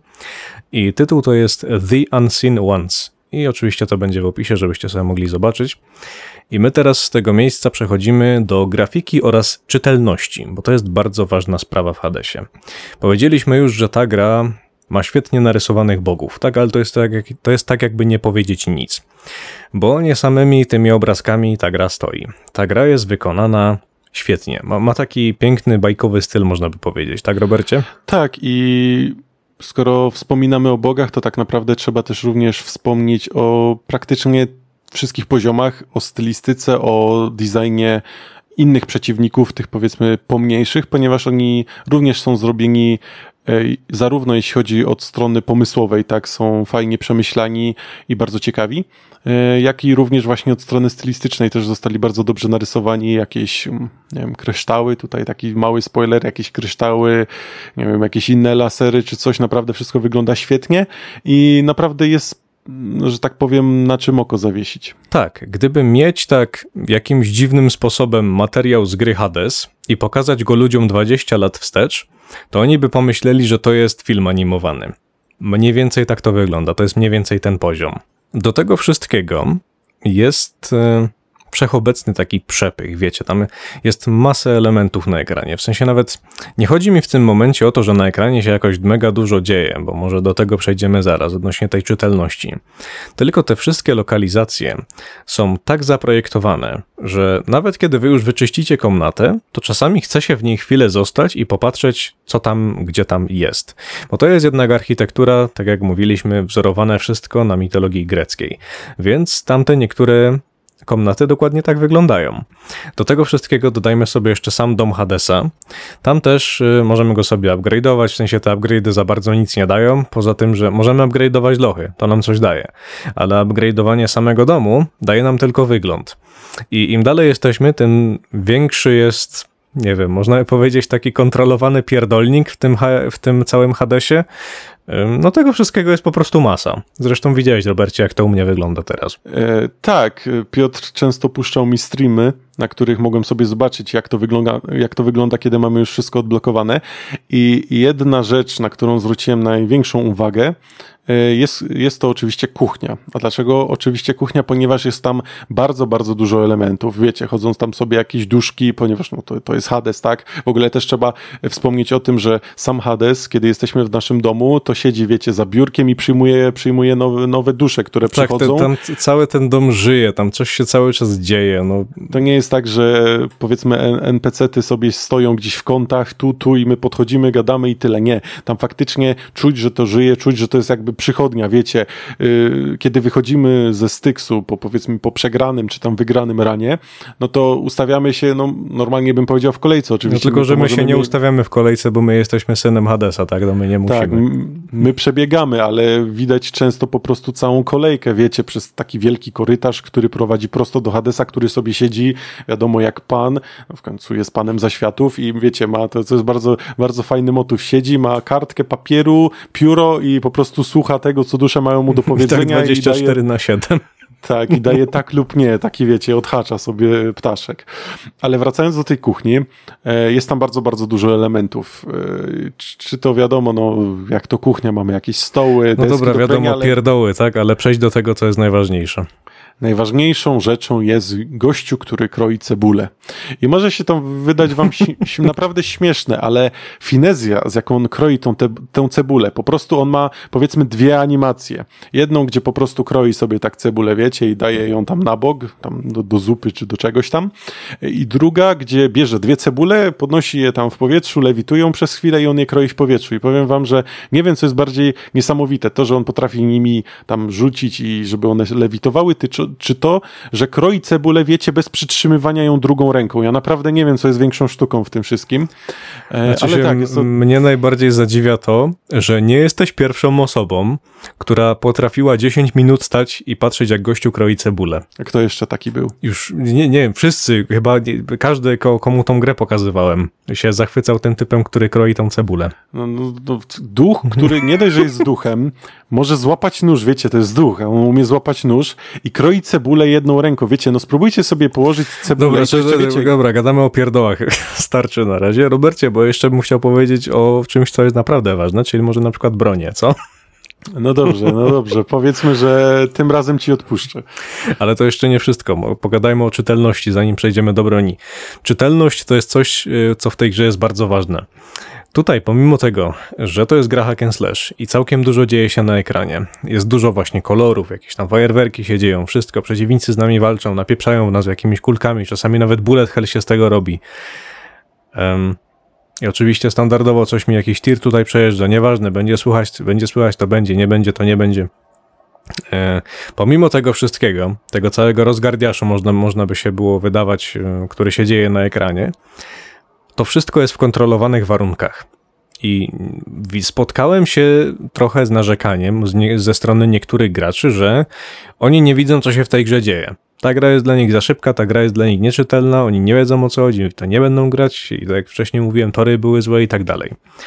I tytuł to jest The Unseen Ones. I oczywiście to będzie w opisie, żebyście sobie mogli zobaczyć. I my teraz z tego miejsca przechodzimy do grafiki oraz czytelności, bo to jest bardzo ważna sprawa w Hadesie. Powiedzieliśmy już, że ta gra ma świetnie narysowanych bogów, tak, ale to jest tak jakby nie powiedzieć nic. Bo nie samymi tymi obrazkami ta gra stoi. Ta gra jest wykonana świetnie. Ma taki piękny, bajkowy styl, można by powiedzieć. Tak, Robercie? Tak, i skoro wspominamy o bogach, to tak naprawdę trzeba też również wspomnieć o praktycznie wszystkich poziomach, o stylistyce, o designie innych przeciwników, tych powiedzmy pomniejszych, ponieważ oni również są zrobieni zarówno jeśli chodzi od strony pomysłowej, tak, są fajnie przemyślani i bardzo ciekawi, jak i również właśnie od strony stylistycznej też zostali bardzo dobrze narysowani, jakieś, nie wiem, kryształy, tutaj taki mały spoiler, jakieś kryształy, nie wiem, jakieś inne lasery czy coś, naprawdę wszystko wygląda świetnie i naprawdę jest, że tak powiem, na czym oko zawiesić. Tak, gdyby mieć tak jakimś dziwnym sposobem materiał z gry Hades i pokazać go ludziom 20 lat wstecz, to oni by pomyśleli, że to jest film animowany. Mniej więcej tak to wygląda, to jest mniej więcej ten poziom. Do tego wszystkiego jest wszechobecny taki przepych, wiecie, tam jest masę elementów na ekranie, w sensie nawet nie chodzi mi w tym momencie o to, że na ekranie się jakoś mega dużo dzieje, bo może do tego przejdziemy zaraz odnośnie tej czytelności, tylko te wszystkie lokalizacje są tak zaprojektowane, że nawet kiedy wy już wyczyścicie komnatę, to czasami chce się w niej chwilę zostać i popatrzeć, co tam, gdzie tam jest, bo to jest jednak architektura, tak jak mówiliśmy, wzorowane wszystko na mitologii greckiej, więc tamte niektóre komnaty dokładnie tak wyglądają. Do tego wszystkiego dodajmy sobie jeszcze sam dom Hadesa. Tam też możemy go sobie upgrade'ować, w sensie te upgrade'y za bardzo nic nie dają, poza tym, że możemy upgrade'ować lochy, to nam coś daje, ale upgrade'owanie samego domu daje nam tylko wygląd. I im dalej jesteśmy, tym większy jest, nie wiem, można by powiedzieć taki kontrolowany pierdolnik w tym całym Hadesie. No tego wszystkiego jest po prostu masa. Zresztą widziałeś, Robercie, jak to u mnie wygląda teraz. Tak, Piotr często puszczał mi streamy, na których mogłem sobie zobaczyć, jak to wygląda, kiedy mamy już wszystko odblokowane. I jedna rzecz, na którą zwróciłem największą uwagę, jest to oczywiście kuchnia. A dlaczego oczywiście kuchnia? Ponieważ jest tam bardzo, bardzo dużo elementów. Wiecie, chodząc tam sobie jakieś duszki, ponieważ no, to jest Hades, tak? W ogóle też trzeba wspomnieć o tym, że sam Hades, kiedy jesteśmy w naszym domu, to siedzi, wiecie, za biurkiem i przyjmuje nowe dusze, które przychodzą. Tak, tam cały ten dom żyje, tam coś się cały czas dzieje. No. To nie jest tak, że powiedzmy NPC-ty sobie stoją gdzieś w kątach, tu i my podchodzimy, gadamy i tyle. Nie. Tam faktycznie czuć, że to żyje, czuć, że to jest jakby przychodnia, wiecie. Kiedy wychodzimy ze Styksu, powiedzmy po przegranym czy tam wygranym ranie, no to ustawiamy się, no normalnie bym powiedział w kolejce oczywiście. No tylko, że my się nie ustawiamy w kolejce, bo my jesteśmy synem Hadesa, tak? No my nie musimy. Tak, my przebiegamy, ale widać często po prostu całą kolejkę, wiecie, przez taki wielki korytarz, który prowadzi prosto do Hadesa, który sobie siedzi, wiadomo, jak pan, w końcu jest panem zaświatów i wiecie, ma to jest bardzo, bardzo fajny motyw. Siedzi, ma kartkę papieru, pióro i po prostu słucha tego, co dusze mają mu do powiedzenia. I tak 24/7. Tak, i daje tak lub nie, taki wiecie, odhacza sobie ptaszek. Ale wracając do tej kuchni, jest tam bardzo, bardzo dużo elementów. Czy to wiadomo, no jak to kuchnia, mamy jakieś stoły, no dobra, wiadomo, krenia, ale pierdoły, tak, ale przejdź do tego, co jest najważniejsze. Najważniejszą rzeczą jest gościu, który kroi cebulę. I może się to wydać wam naprawdę śmieszne, ale finezja, z jaką on kroi tę cebulę, po prostu on ma, powiedzmy, 2 animacje. Jedną, gdzie po prostu kroi sobie tak cebulę, wiecie, i daje ją tam na bok, tam do zupy czy do czegoś tam. I druga, gdzie bierze 2 cebule, podnosi je tam w powietrzu, lewitują przez chwilę i on je kroi w powietrzu. I powiem wam, że nie wiem, co jest bardziej niesamowite. To, że on potrafi nimi tam rzucić i żeby one lewitowały, czy to, że kroi cebulę, wiecie, bez przytrzymywania ją drugą ręką. Ja naprawdę nie wiem, co jest większą sztuką w tym wszystkim. Ale tak, jest to... Mnie najbardziej zadziwia to, że nie jesteś pierwszą osobą, która potrafiła 10 minut stać i patrzeć, jak gościu kroi cebulę. Kto jeszcze taki był? Już nie wiem, wszyscy, chyba każdy, komu tą grę pokazywałem, się zachwycał tym typem, który kroi tą cebulę. Duch, który nie dość, że jest duchem, może złapać nóż, wiecie, to jest duch, a on umie złapać nóż i kroi cebulę jedną ręką, wiecie, spróbujcie sobie położyć cebulę. Dobra, gadamy o pierdołach, starczy na razie. Robercie, bo jeszcze bym chciał powiedzieć o czymś, co jest naprawdę ważne, czyli może na przykład bronie, co? No dobrze, powiedzmy, że tym razem ci odpuszczę. Ale to jeszcze nie wszystko, pogadajmy o czytelności, zanim przejdziemy do broni. Czytelność to jest coś, co w tej grze jest bardzo ważne. Tutaj, pomimo tego, że to jest gra hack and slash i całkiem dużo dzieje się na ekranie, jest dużo właśnie kolorów, jakieś tam fajerwerki się dzieją, wszystko, przeciwnicy z nami walczą, napieprzają w nas jakimiś kulkami, czasami nawet bullet hell się z tego robi. I oczywiście standardowo coś mi jakiś tir tutaj przejeżdża, nieważne, będzie słychać, to będzie, nie będzie, to nie będzie. Pomimo tego wszystkiego, tego całego rozgardiaszu można by się było wydawać, który się dzieje na ekranie, to wszystko jest w kontrolowanych warunkach. I spotkałem się trochę z narzekaniem ze strony niektórych graczy, że oni nie widzą, co się w tej grze dzieje. Ta gra jest dla nich za szybka, ta gra jest dla nich nieczytelna, oni nie wiedzą, o co chodzi, to nie będą grać i tak jak wcześniej mówiłem, tory były złe i tak dalej.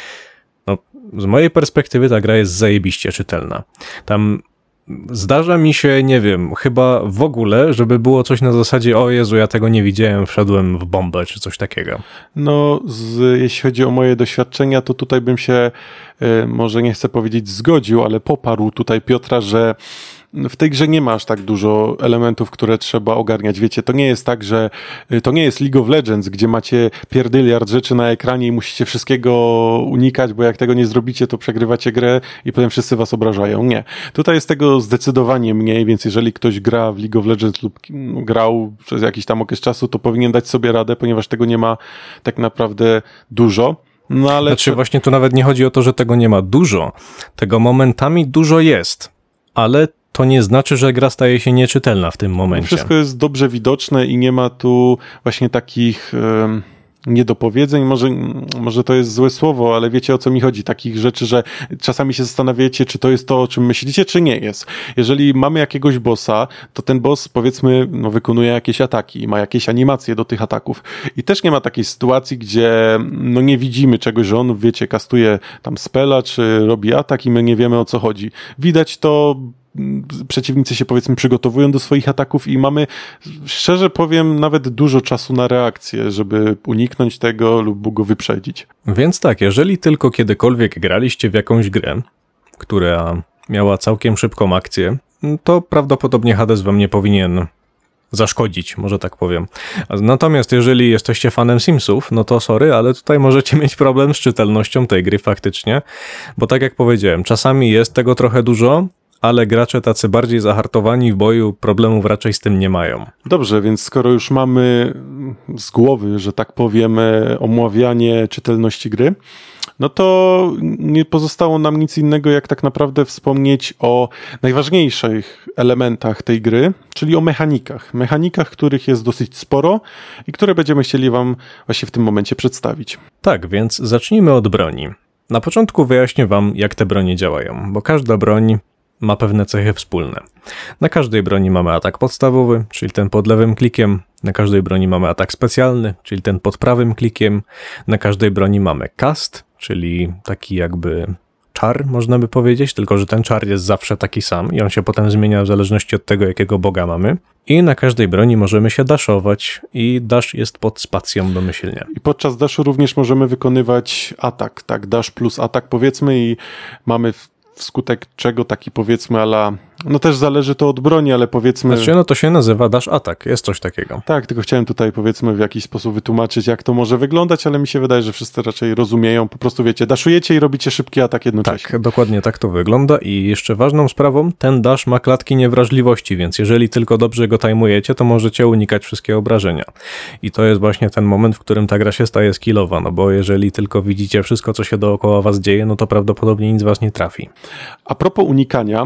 No, z mojej perspektywy ta gra jest zajebiście czytelna. Tam zdarza mi się, nie wiem, chyba w ogóle, żeby było coś na zasadzie, o Jezu, ja tego nie widziałem, wszedłem w bombę, czy coś takiego. No, jeśli chodzi o moje doświadczenia, to tutaj bym się, może nie chcę powiedzieć zgodził, ale poparł tutaj Piotra, że w tej grze nie ma aż tak dużo elementów, które trzeba ogarniać. Wiecie, to nie jest tak, że to nie jest League of Legends, gdzie macie pierdyliard rzeczy na ekranie i musicie wszystkiego unikać, bo jak tego nie zrobicie, to przegrywacie grę i potem wszyscy was obrażają. Nie. Tutaj jest tego zdecydowanie mniej, więc jeżeli ktoś gra w League of Legends lub grał przez jakiś tam okres czasu, to powinien dać sobie radę, ponieważ tego nie ma tak naprawdę dużo. No ale znaczy właśnie tu nawet nie chodzi o to, że tego nie ma dużo. Tego momentami dużo jest, ale to nie znaczy, że gra staje się nieczytelna w tym momencie. Wszystko jest dobrze widoczne i nie ma tu właśnie takich niedopowiedzeń, może to jest złe słowo, ale wiecie, o co mi chodzi, takich rzeczy, że czasami się zastanawiacie, czy to jest to, o czym myślicie, czy nie jest. Jeżeli mamy jakiegoś bossa, to ten boss, powiedzmy, wykonuje jakieś ataki i ma jakieś animacje do tych ataków i też nie ma takiej sytuacji, gdzie nie widzimy czegoś, że on, wiecie, kastuje tam spela, czy robi atak i my nie wiemy, o co chodzi. Widać to, przeciwnicy się, powiedzmy, przygotowują do swoich ataków i mamy, szczerze powiem, nawet dużo czasu na reakcję, żeby uniknąć tego lub go wyprzedzić. Więc tak, jeżeli tylko kiedykolwiek graliście w jakąś grę, która miała całkiem szybką akcję, to prawdopodobnie Hades wam nie powinien zaszkodzić, może tak powiem. Natomiast jeżeli jesteście fanem Simsów, no to sorry, ale tutaj możecie mieć problem z czytelnością tej gry faktycznie, bo tak jak powiedziałem, czasami jest tego trochę dużo, ale gracze tacy bardziej zahartowani w boju problemów raczej z tym nie mają. Dobrze, więc skoro już mamy z głowy, że tak powiem, omawianie czytelności gry, no to nie pozostało nam nic innego, jak tak naprawdę wspomnieć o najważniejszych elementach tej gry, czyli o mechanikach. Mechanikach, których jest dosyć sporo i które będziemy chcieli wam właśnie w tym momencie przedstawić. Tak, więc zacznijmy od broni. Na początku wyjaśnię wam, jak te bronie działają, bo każda broń ma pewne cechy wspólne. Na każdej broni mamy atak podstawowy, czyli ten pod lewym klikiem. Na każdej broni mamy atak specjalny, czyli ten pod prawym klikiem. Na każdej broni mamy cast, czyli taki jakby czar, można by powiedzieć, tylko że ten czar jest zawsze taki sam i on się potem zmienia w zależności od tego, jakiego boga mamy. I na każdej broni możemy się dashować i dash jest pod spacją domyślnie. I podczas dashu również możemy wykonywać atak, tak, dash plus atak powiedzmy i mamy wskutek czego taki, powiedzmy, też zależy to od broni, ale powiedzmy... Znaczy, to się nazywa dash attack, jest coś takiego. Tak, tylko chciałem tutaj, powiedzmy, w jakiś sposób wytłumaczyć, jak to może wyglądać, ale mi się wydaje, że wszyscy raczej rozumieją, po prostu wiecie, daszujecie i robicie szybki atak jednocześnie. Tak, dokładnie tak to wygląda i jeszcze ważną sprawą, ten dash ma klatki niewrażliwości, więc jeżeli tylko dobrze go tajmujecie, to możecie unikać wszystkie obrażenia. I to jest właśnie ten moment, w którym ta gra się staje skillowa, no bo jeżeli tylko widzicie wszystko, co się dookoła was dzieje, no to prawdopodobnie nic was nie trafi. A propos unikania,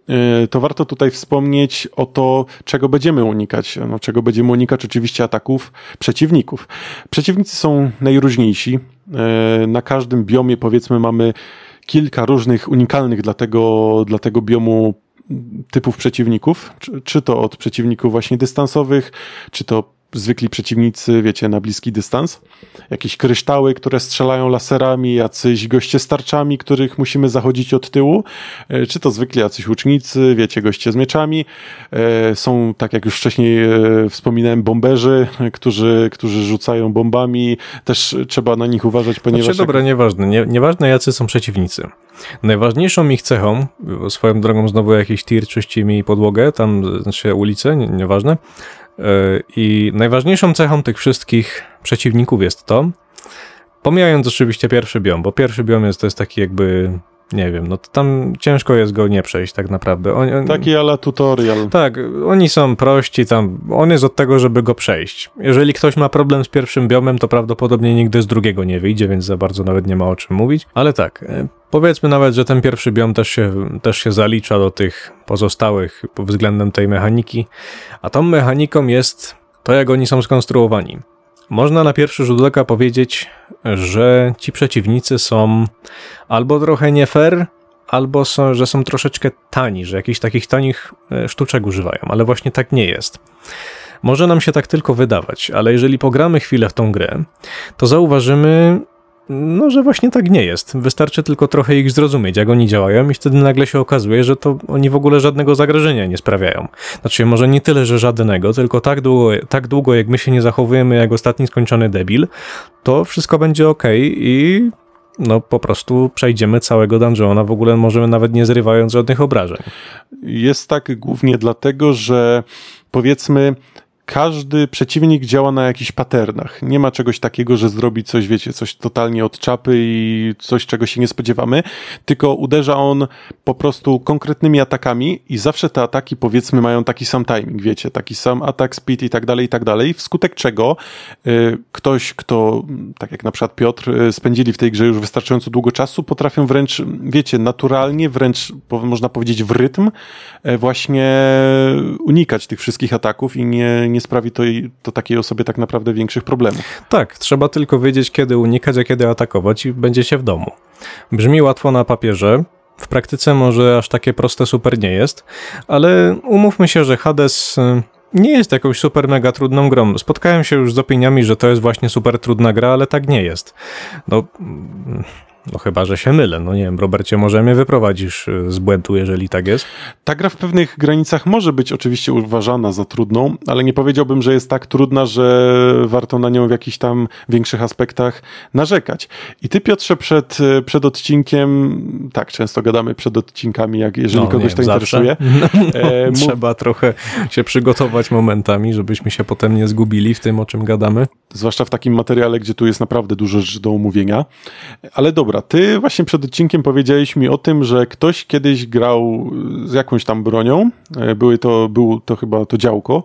to warto tutaj wspomnieć o to, czego będziemy unikać. No, czego będziemy unikać oczywiście ataków przeciwników. Przeciwnicy są najróżniejsi. Na każdym biomie, powiedzmy, mamy kilka różnych unikalnych dla tego biomu typów przeciwników. Czy to od przeciwników właśnie dystansowych, czy to zwykli przeciwnicy, wiecie, na bliski dystans. Jakieś kryształy, które strzelają laserami, jacyś goście z tarczami, których musimy zachodzić od tyłu, czy to zwykli jacyś łucznicy, wiecie, goście z mieczami. Są, tak jak już wcześniej wspominałem, bomberzy, którzy rzucają bombami. Też trzeba na nich uważać, ponieważ... Znaczy, dobra, nieważne. Nieważne, jacy są przeciwnicy. Najważniejszą ich cechą, swoją drogą znowu jakiś tir, czyści mi podłogę, tam, znaczy ulicę, nieważne. I najważniejszą cechą tych wszystkich przeciwników jest to, pomijając oczywiście pierwszy biom, bo pierwszy biom to jest taki jakby, nie wiem, no to tam ciężko jest go nie przejść tak naprawdę. Taki ala tutorial. Tak, oni są prości, tam, on jest od tego, żeby go przejść. Jeżeli ktoś ma problem z pierwszym biomem, to prawdopodobnie nigdy z drugiego nie wyjdzie, więc za bardzo nawet nie ma o czym mówić. Ale tak, powiedzmy nawet, że ten pierwszy biom też się zalicza do tych pozostałych pod względem tej mechaniki, a tą mechaniką jest to, jak oni są skonstruowani. Można na pierwszy rzut oka powiedzieć, że ci przeciwnicy są albo trochę nie fair, albo że są troszeczkę tani, że jakichś takich tanich sztuczek używają, ale właśnie tak nie jest. Może nam się tak tylko wydawać, ale jeżeli pogramy chwilę w tą grę, to zauważymy, no, że właśnie tak nie jest. Wystarczy tylko trochę ich zrozumieć, jak oni działają i wtedy nagle się okazuje, że to oni w ogóle żadnego zagrożenia nie sprawiają. Znaczy, może nie tyle, że żadnego, tylko tak długo jak my się nie zachowujemy jak ostatni skończony debil, to wszystko będzie okej i no po prostu przejdziemy całego dungeona, w ogóle możemy nawet nie zrywając żadnych obrażeń. Jest tak głównie dlatego, że powiedzmy każdy przeciwnik działa na jakichś patternach. Nie ma czegoś takiego, że zrobi coś, wiecie, coś totalnie od czapy i coś, czego się nie spodziewamy, tylko uderza on po prostu konkretnymi atakami i zawsze te ataki, powiedzmy, mają taki sam timing, wiecie, taki sam atak, speed i tak dalej, wskutek czego ktoś, kto, tak jak na przykład Piotr, spędzili w tej grze już wystarczająco długo czasu, potrafią wręcz, wiecie, naturalnie, wręcz można powiedzieć w rytm, właśnie unikać tych wszystkich ataków i nie sprawi to takiej osobie tak naprawdę większych problemów. Tak, trzeba tylko wiedzieć, kiedy unikać, a kiedy atakować i będziecie w domu. Brzmi łatwo na papierze, w praktyce może aż takie proste super nie jest, ale umówmy się, że Hades nie jest jakąś super mega trudną grą. Spotkałem się już z opiniami, że to jest właśnie super trudna gra, ale tak nie jest. No chyba, że się mylę. No nie wiem, Robercie, może mnie wyprowadzisz z błędu, jeżeli tak jest? Ta gra w pewnych granicach może być oczywiście uważana za trudną, ale nie powiedziałbym, że jest tak trudna, że warto na nią w jakichś tam większych aspektach narzekać. I ty, Piotrze, przed odcinkiem, tak, często gadamy przed odcinkami, jeżeli kogoś to interesuje. Trzeba trochę się przygotować momentami, żebyśmy się potem nie zgubili w tym, o czym gadamy. Zwłaszcza w takim materiale, gdzie tu jest naprawdę dużo rzeczy do omówienia. Ale dobra, ty właśnie przed odcinkiem powiedziałeś mi o tym, że ktoś kiedyś grał z jakąś tam bronią. Było to chyba to działko.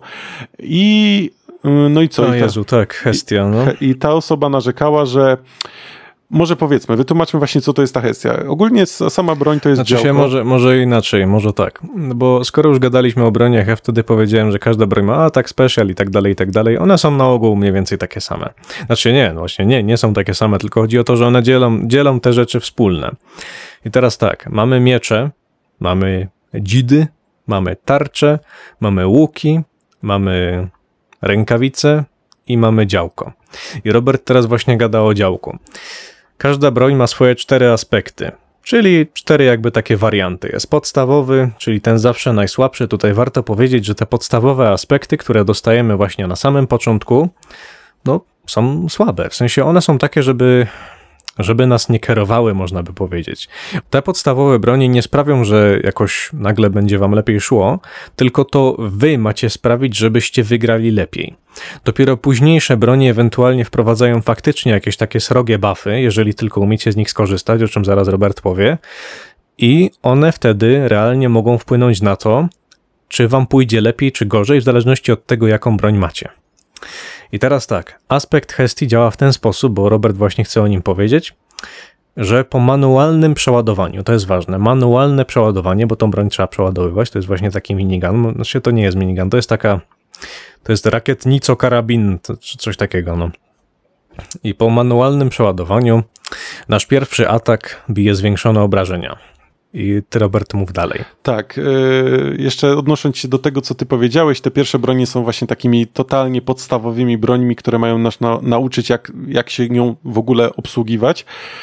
No i co? O Jezu, tak, Hestia. No. I ta osoba narzekała, że może powiedzmy, wytłumaczmy właśnie, co to jest ta Hestia. Ogólnie sama broń to jest działko. Może inaczej, może tak. Bo skoro już gadaliśmy o broniach, ja wtedy powiedziałem, że każda broń ma atak special i tak dalej. One są na ogół mniej więcej takie same. Znaczy nie, właśnie nie są takie same, tylko chodzi o to, że one dzielą te rzeczy wspólne. I teraz tak, mamy miecze, mamy dzidy, mamy tarcze, mamy łuki, mamy rękawice i mamy działko. I Robert teraz właśnie gada o działku. Każda broń ma swoje 4 aspekty, czyli 4 jakby takie warianty. Jest podstawowy, czyli ten zawsze najsłabszy. Tutaj warto powiedzieć, że te podstawowe aspekty, które dostajemy właśnie na samym początku, no są słabe. W sensie one są takie, żeby nas nie kierowały, można by powiedzieć. Te podstawowe broni nie sprawią, że jakoś nagle będzie wam lepiej szło, tylko to wy macie sprawić, żebyście wygrali lepiej. Dopiero późniejsze bronie ewentualnie wprowadzają faktycznie jakieś takie srogie buffy, jeżeli tylko umiecie z nich skorzystać, o czym zaraz Robert powie, i one wtedy realnie mogą wpłynąć na to, czy wam pójdzie lepiej, czy gorzej, w zależności od tego, jaką broń macie. I teraz tak, aspekt Hestii działa w ten sposób, bo Robert właśnie chce o nim powiedzieć. że po manualnym przeładowaniu, to jest ważne, manualne przeładowanie, bo tą broń trzeba przeładowywać, to jest właśnie taki minigun, znaczy to nie jest minigun, to jest rakietnico-karabin, czy coś takiego, no. I po manualnym przeładowaniu nasz pierwszy atak bije zwiększone obrażenia. I ty, Robert, mów dalej. Tak, jeszcze odnosząc się do tego, co ty powiedziałeś, te pierwsze bronie są właśnie takimi totalnie podstawowymi brońmi, które mają nas nauczyć, jak się nią w ogóle obsługiwać,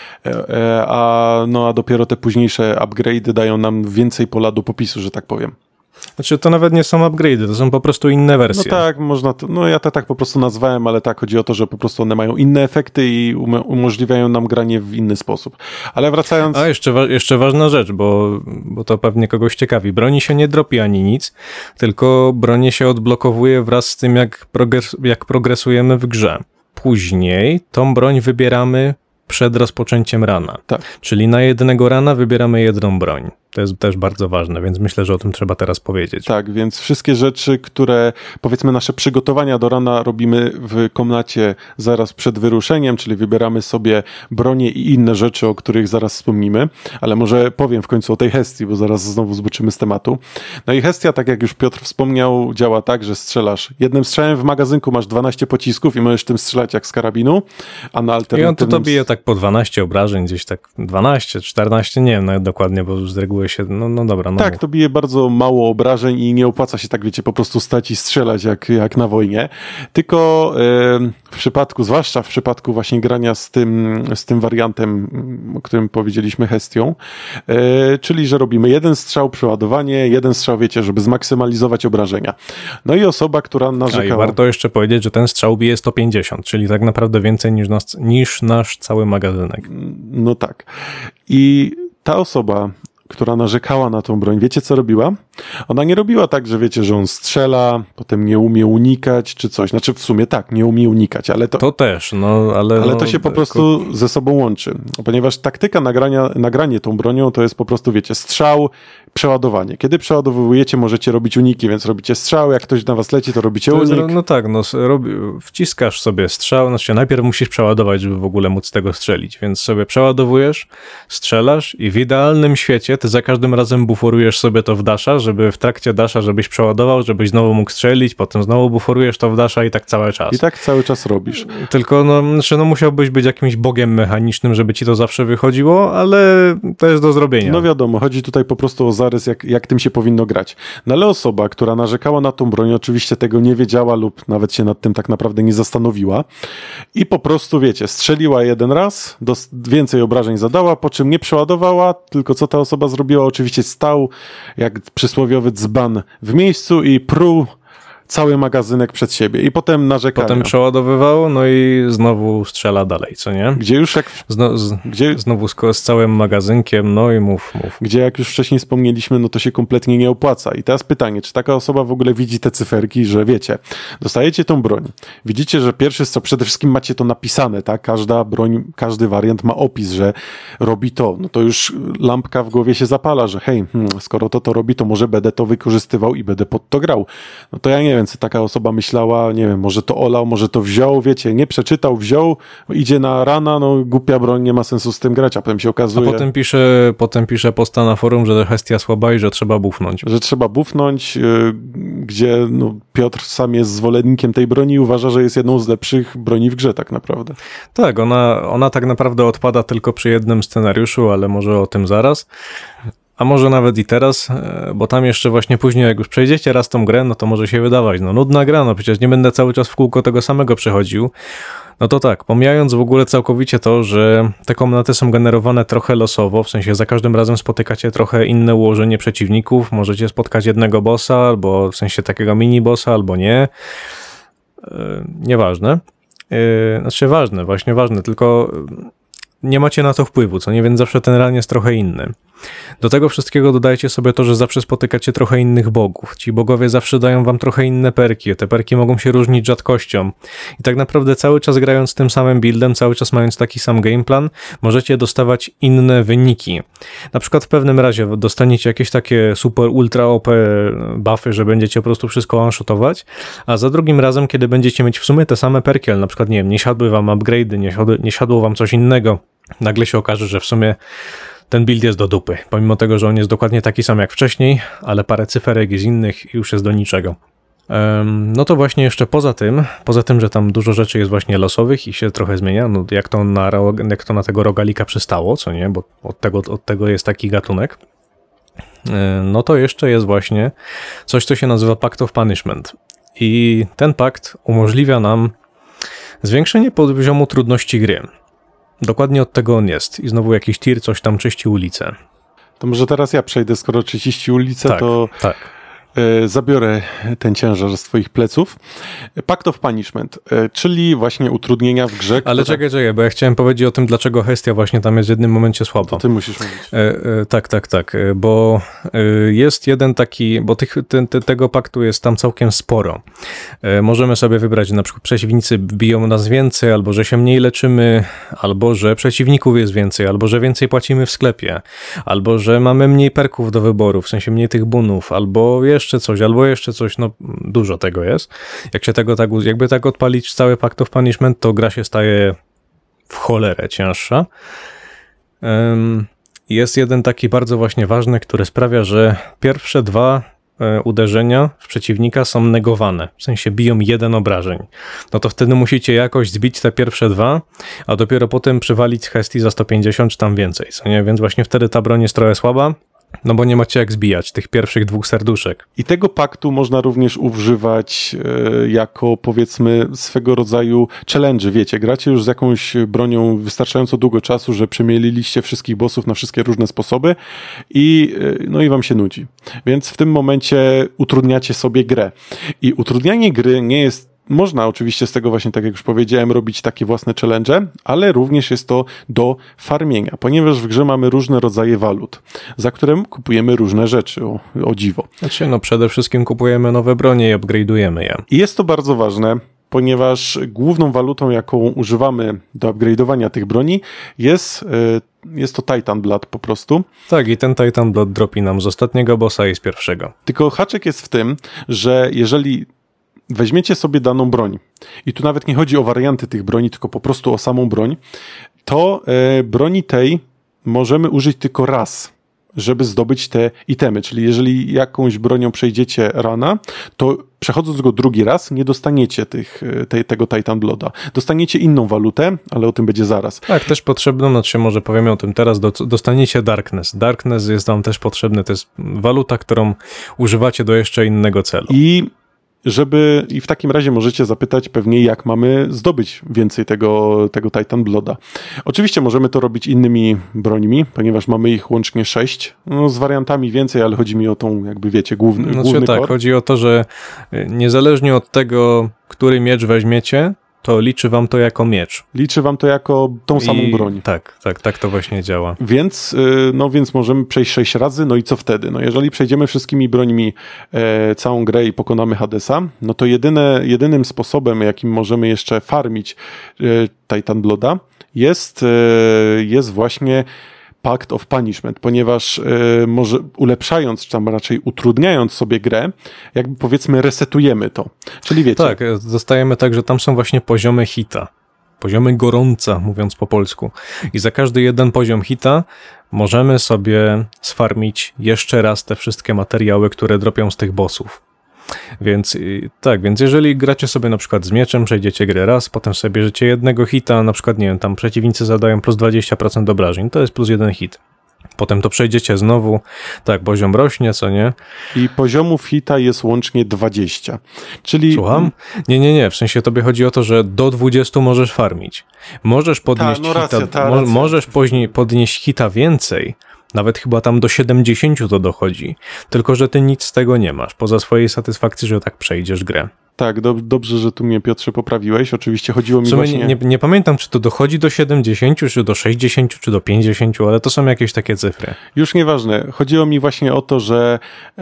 a dopiero te późniejsze upgrade'y dają nam więcej pola do popisu, że tak powiem. Znaczy, to nawet nie są upgrade'y, to są po prostu inne wersje. No tak, można to, ja to tak po prostu nazwałem, ale tak, chodzi o to, że po prostu one mają inne efekty i umożliwiają nam granie w inny sposób. Ale wracając... A jeszcze ważna rzecz, bo to pewnie kogoś ciekawi. Broni się nie dropi ani nic, tylko broni się odblokowuje wraz z tym, jak progresujemy w grze. Później tą broń wybieramy przed rozpoczęciem rana. Tak. Czyli na jednego rana wybieramy jedną broń. To jest też bardzo ważne, więc myślę, że o tym trzeba teraz powiedzieć. Tak, więc wszystkie rzeczy, które powiedzmy nasze przygotowania do rana robimy w komnacie zaraz przed wyruszeniem, czyli wybieramy sobie bronię i inne rzeczy, o których zaraz wspomnimy, ale może powiem w końcu o tej Hestii, bo zaraz znowu zboczymy z tematu. No i Hestia, tak jak już Piotr wspomniał, działa tak, że strzelasz jednym strzałem w magazynku, masz 12 pocisków i możesz tym strzelać jak z karabinu, a na alternatywnym... I on to bije tak po 12 obrażeń, gdzieś tak 12, 14, nie wiem nawet dokładnie, bo z reguły się, no dobra. No tak, mów. to bije bardzo mało obrażeń i nie opłaca się tak, wiecie, po prostu stać i strzelać jak na wojnie. Tylko zwłaszcza w przypadku właśnie grania z tym wariantem, o którym powiedzieliśmy, Hestią, czyli, że robimy jeden strzał, przeładowanie, jeden strzał, wiecie, żeby zmaksymalizować obrażenia. No i osoba, która narzekała... A i warto jeszcze powiedzieć, że ten strzał bije 150, czyli tak naprawdę więcej niż nasz cały magazynek. No tak. I ta osoba, która narzekała na tą broń, wiecie co robiła? Ona nie robiła tak, że wiecie, że on strzela, potem nie umie unikać czy coś. Znaczy w sumie tak, nie umie unikać, ale to... To też, ale to się po prostu ze sobą łączy, ponieważ taktyka nagranie tą bronią to jest po prostu, wiecie, strzał, przeładowanie. Kiedy przeładowujecie, możecie robić uniki, więc robicie strzał, jak ktoś na was leci, to robicie unik. No tak, wciskasz sobie strzał, znaczy najpierw musisz przeładować, żeby w ogóle móc tego strzelić, więc sobie przeładowujesz, strzelasz i w idealnym świecie ty za każdym razem buforujesz sobie to w dasha, żeby w trakcie dasha, żebyś przeładował, żebyś znowu mógł strzelić, potem znowu buforujesz to w dasha i tak cały czas. I tak cały czas robisz. Tylko musiałbyś być jakimś bogiem mechanicznym, żeby ci to zawsze wychodziło, ale to jest do zrobienia. No wiadomo, chodzi tutaj po prostu o zarys, jak tym się powinno grać. No ale osoba, która narzekała na tą broń, oczywiście tego nie wiedziała lub nawet się nad tym tak naprawdę nie zastanowiła i po prostu, wiecie, strzeliła jeden raz, więcej obrażeń zadała, po czym nie przeładowała, tylko co ta osoba zrobiła? Oczywiście stał jak przysłowiowy dzban w miejscu i pruł cały magazynek przed siebie i potem narzekania. Potem przeładowywał, no i znowu strzela dalej, co nie? Gdzie już jak... Znowu z całym magazynkiem, no i mów. Gdzie jak już wcześniej wspomnieliśmy, no to się kompletnie nie opłaca. I teraz pytanie, czy taka osoba w ogóle widzi te cyferki, że wiecie, dostajecie tą broń, widzicie, że pierwszy strzał, przede wszystkim macie to napisane, tak? Każda broń, każdy wariant ma opis, że robi to. No to już lampka w głowie się zapala, że hej, skoro to robi, to może będę to wykorzystywał i będę pod to grał. No to ja nie wiem, co taka osoba myślała, nie wiem, może to olał, może to wziął, wiecie, nie przeczytał, wziął, idzie na rana, no głupia broń, nie ma sensu z tym grać, a potem się okazuje... A potem pisze posta na forum, że Hestia słaba i że trzeba bufnąć. Że trzeba bufnąć, gdzie Piotr sam jest zwolennikiem tej broni i uważa, że jest jedną z lepszych broni w grze tak naprawdę. Tak, ona tak naprawdę odpada tylko przy jednym scenariuszu, ale może o tym zaraz. A może nawet i teraz, bo tam jeszcze właśnie później, jak już przejdziecie raz tą grę, no to może się wydawać, nudna gra, przecież nie będę cały czas w kółko tego samego przechodził. No to tak, pomijając w ogóle całkowicie to, że te komnaty są generowane trochę losowo, w sensie za każdym razem spotykacie trochę inne ułożenie przeciwników, możecie spotkać jednego bossa, albo w sensie takiego mini-bossa, albo nie. Nieważne. Znaczy ważne, tylko nie macie na to wpływu, co nie, więc zawsze ten run jest trochę inny. Do tego wszystkiego dodajcie sobie to, że zawsze spotykacie trochę innych bogów. Ci bogowie zawsze dają wam trochę inne perki. Te perki mogą się różnić rzadkością. I tak naprawdę cały czas grając tym samym buildem, cały czas mając taki sam gameplan, możecie dostawać inne wyniki. Na przykład w pewnym razie dostaniecie jakieś takie super ultra OP buffy, że będziecie po prostu wszystko one-shotować, a za drugim razem, kiedy będziecie mieć w sumie te same perki, ale na przykład, nie wiem, nie siadły wam upgrade'y, nie siadło wam coś innego, nagle się okaże, że w sumie ten build jest do dupy. Pomimo tego, że on jest dokładnie taki sam jak wcześniej, ale parę cyferek jest innych i już jest do niczego. No to właśnie jeszcze poza tym, że tam dużo rzeczy jest właśnie losowych i się trochę zmienia, no jak to na tego rogalika przystało, co nie, bo od tego jest taki gatunek, no to jeszcze jest właśnie coś, co się nazywa Pact of Punishment. I ten pakt umożliwia nam zwiększenie poziomu trudności gry. Dokładnie od tego on jest. I znowu jakiś tir coś tam czyści ulicę. To może teraz ja przejdę, skoro czyści ulicę, Tak, to tak. Zabiorę ten ciężar z twoich pleców. Pact of Punishment, czyli właśnie utrudnienia w grze. Ale czekaj, bo ja chciałem powiedzieć o tym, dlaczego Hestia właśnie tam jest w jednym momencie słaba. To ty musisz mówić. Tak, bo jest jeden taki, bo tego paktu jest tam całkiem sporo. Możemy sobie wybrać, że na przykład przeciwnicy biją nas więcej, albo że się mniej leczymy, albo że przeciwników jest więcej, albo że więcej płacimy w sklepie, albo że mamy mniej perków do wyboru, w sensie mniej tych bunów, albo jeszcze coś, no dużo tego jest. Jak się tego jakby tak odpalić cały Pact of Punishment, to gra się staje w cholerę cięższa. Jest jeden taki bardzo właśnie ważny, który sprawia, że pierwsze 2 uderzenia w przeciwnika są negowane, w sensie biją 1 obrażeń. No to wtedy musicie jakoś zbić te pierwsze 2, a dopiero potem przywalić Hestii za 150 czy tam więcej, co nie? Więc właśnie wtedy ta broń jest trochę słaba, no bo nie macie jak zbijać tych pierwszych 2 serduszek. I tego paktu można również używać jako, powiedzmy, swego rodzaju challenge. Wiecie, gracie już z jakąś bronią wystarczająco długo czasu, że przemieliliście wszystkich bossów na wszystkie różne sposoby i wam się nudzi. Więc w tym momencie utrudniacie sobie grę. I utrudnianie gry nie jest. Można oczywiście z tego właśnie, tak jak już powiedziałem, robić takie własne challenge, ale również jest to do farmienia, ponieważ w grze mamy różne rodzaje walut, za które kupujemy różne rzeczy, o dziwo. Znaczy, no przede wszystkim kupujemy nowe bronie i upgrade'ujemy je. I jest to bardzo ważne, ponieważ główną walutą, jaką używamy do upgrade'owania tych broni jest to Titan Blood po prostu. Tak, i ten Titan Blood dropi nam z ostatniego bossa i z pierwszego. Tylko haczyk jest w tym, że jeżeli weźmiecie sobie daną broń i tu nawet nie chodzi o warianty tych broni, tylko po prostu o samą broń, to broni tej możemy użyć tylko raz, żeby zdobyć te itemy. Czyli jeżeli jakąś bronią przejdziecie rana, to przechodząc go drugi raz nie dostaniecie tego Titan Blooda. Dostaniecie inną walutę, ale o tym będzie zaraz. Tak, też potrzebną, znaczy może powiemy o tym teraz, dostaniecie Darkness. Darkness jest wam też potrzebny, to jest waluta, którą używacie do jeszcze innego celu. I w takim razie możecie zapytać pewnie, jak mamy zdobyć więcej tego Titan Blooda. Oczywiście możemy to robić innymi brońmi, ponieważ mamy ich łącznie 6. No, z wariantami więcej, ale chodzi mi o tą, jakby wiecie, główny tak, core. chodzi o to, że niezależnie od tego, który miecz weźmiecie, to liczy wam to jako miecz. Liczy wam to jako tą samą broń. Tak to właśnie działa. Więc możemy przejść 6 razy, no i co wtedy? No jeżeli przejdziemy wszystkimi brońmi całą grę i pokonamy Hadesa, no to jedynym sposobem, jakim możemy jeszcze farmić Titan Blooda jest właśnie Pact of Punishment, ponieważ może ulepszając, czy tam raczej utrudniając sobie grę, jakby powiedzmy resetujemy to. Czyli wiecie. Tak, zostajemy tak, że tam są właśnie poziomy hita. Poziomy gorąca, mówiąc po polsku. I za każdy jeden poziom hita możemy sobie sfarmić jeszcze raz te wszystkie materiały, które dropią z tych bossów. Więc jeżeli gracie sobie na przykład z mieczem, przejdziecie grę raz, potem sobie bierzecie jednego hita, na przykład, nie wiem, tam przeciwnicy zadają plus 20% obrażeń, to jest plus 1 hit. Potem to przejdziecie znowu, tak, poziom rośnie, co nie? I poziomów hita jest łącznie 20. Czyli... Słucham? Nie, w sensie tobie chodzi o to, że do 20 możesz farmić. Możesz podnieść możesz później podnieść hita więcej, nawet chyba tam do 70 to dochodzi, tylko że ty nic z tego nie masz, poza swojej satysfakcji, że tak przejdziesz grę. Tak, dobrze, że tu mnie, Piotrze, poprawiłeś. Oczywiście chodziło mi właśnie... Nie pamiętam, czy to dochodzi do 70, czy do 60, czy do 50, ale to są jakieś takie cyfry. Już nieważne. Chodziło mi właśnie o to, że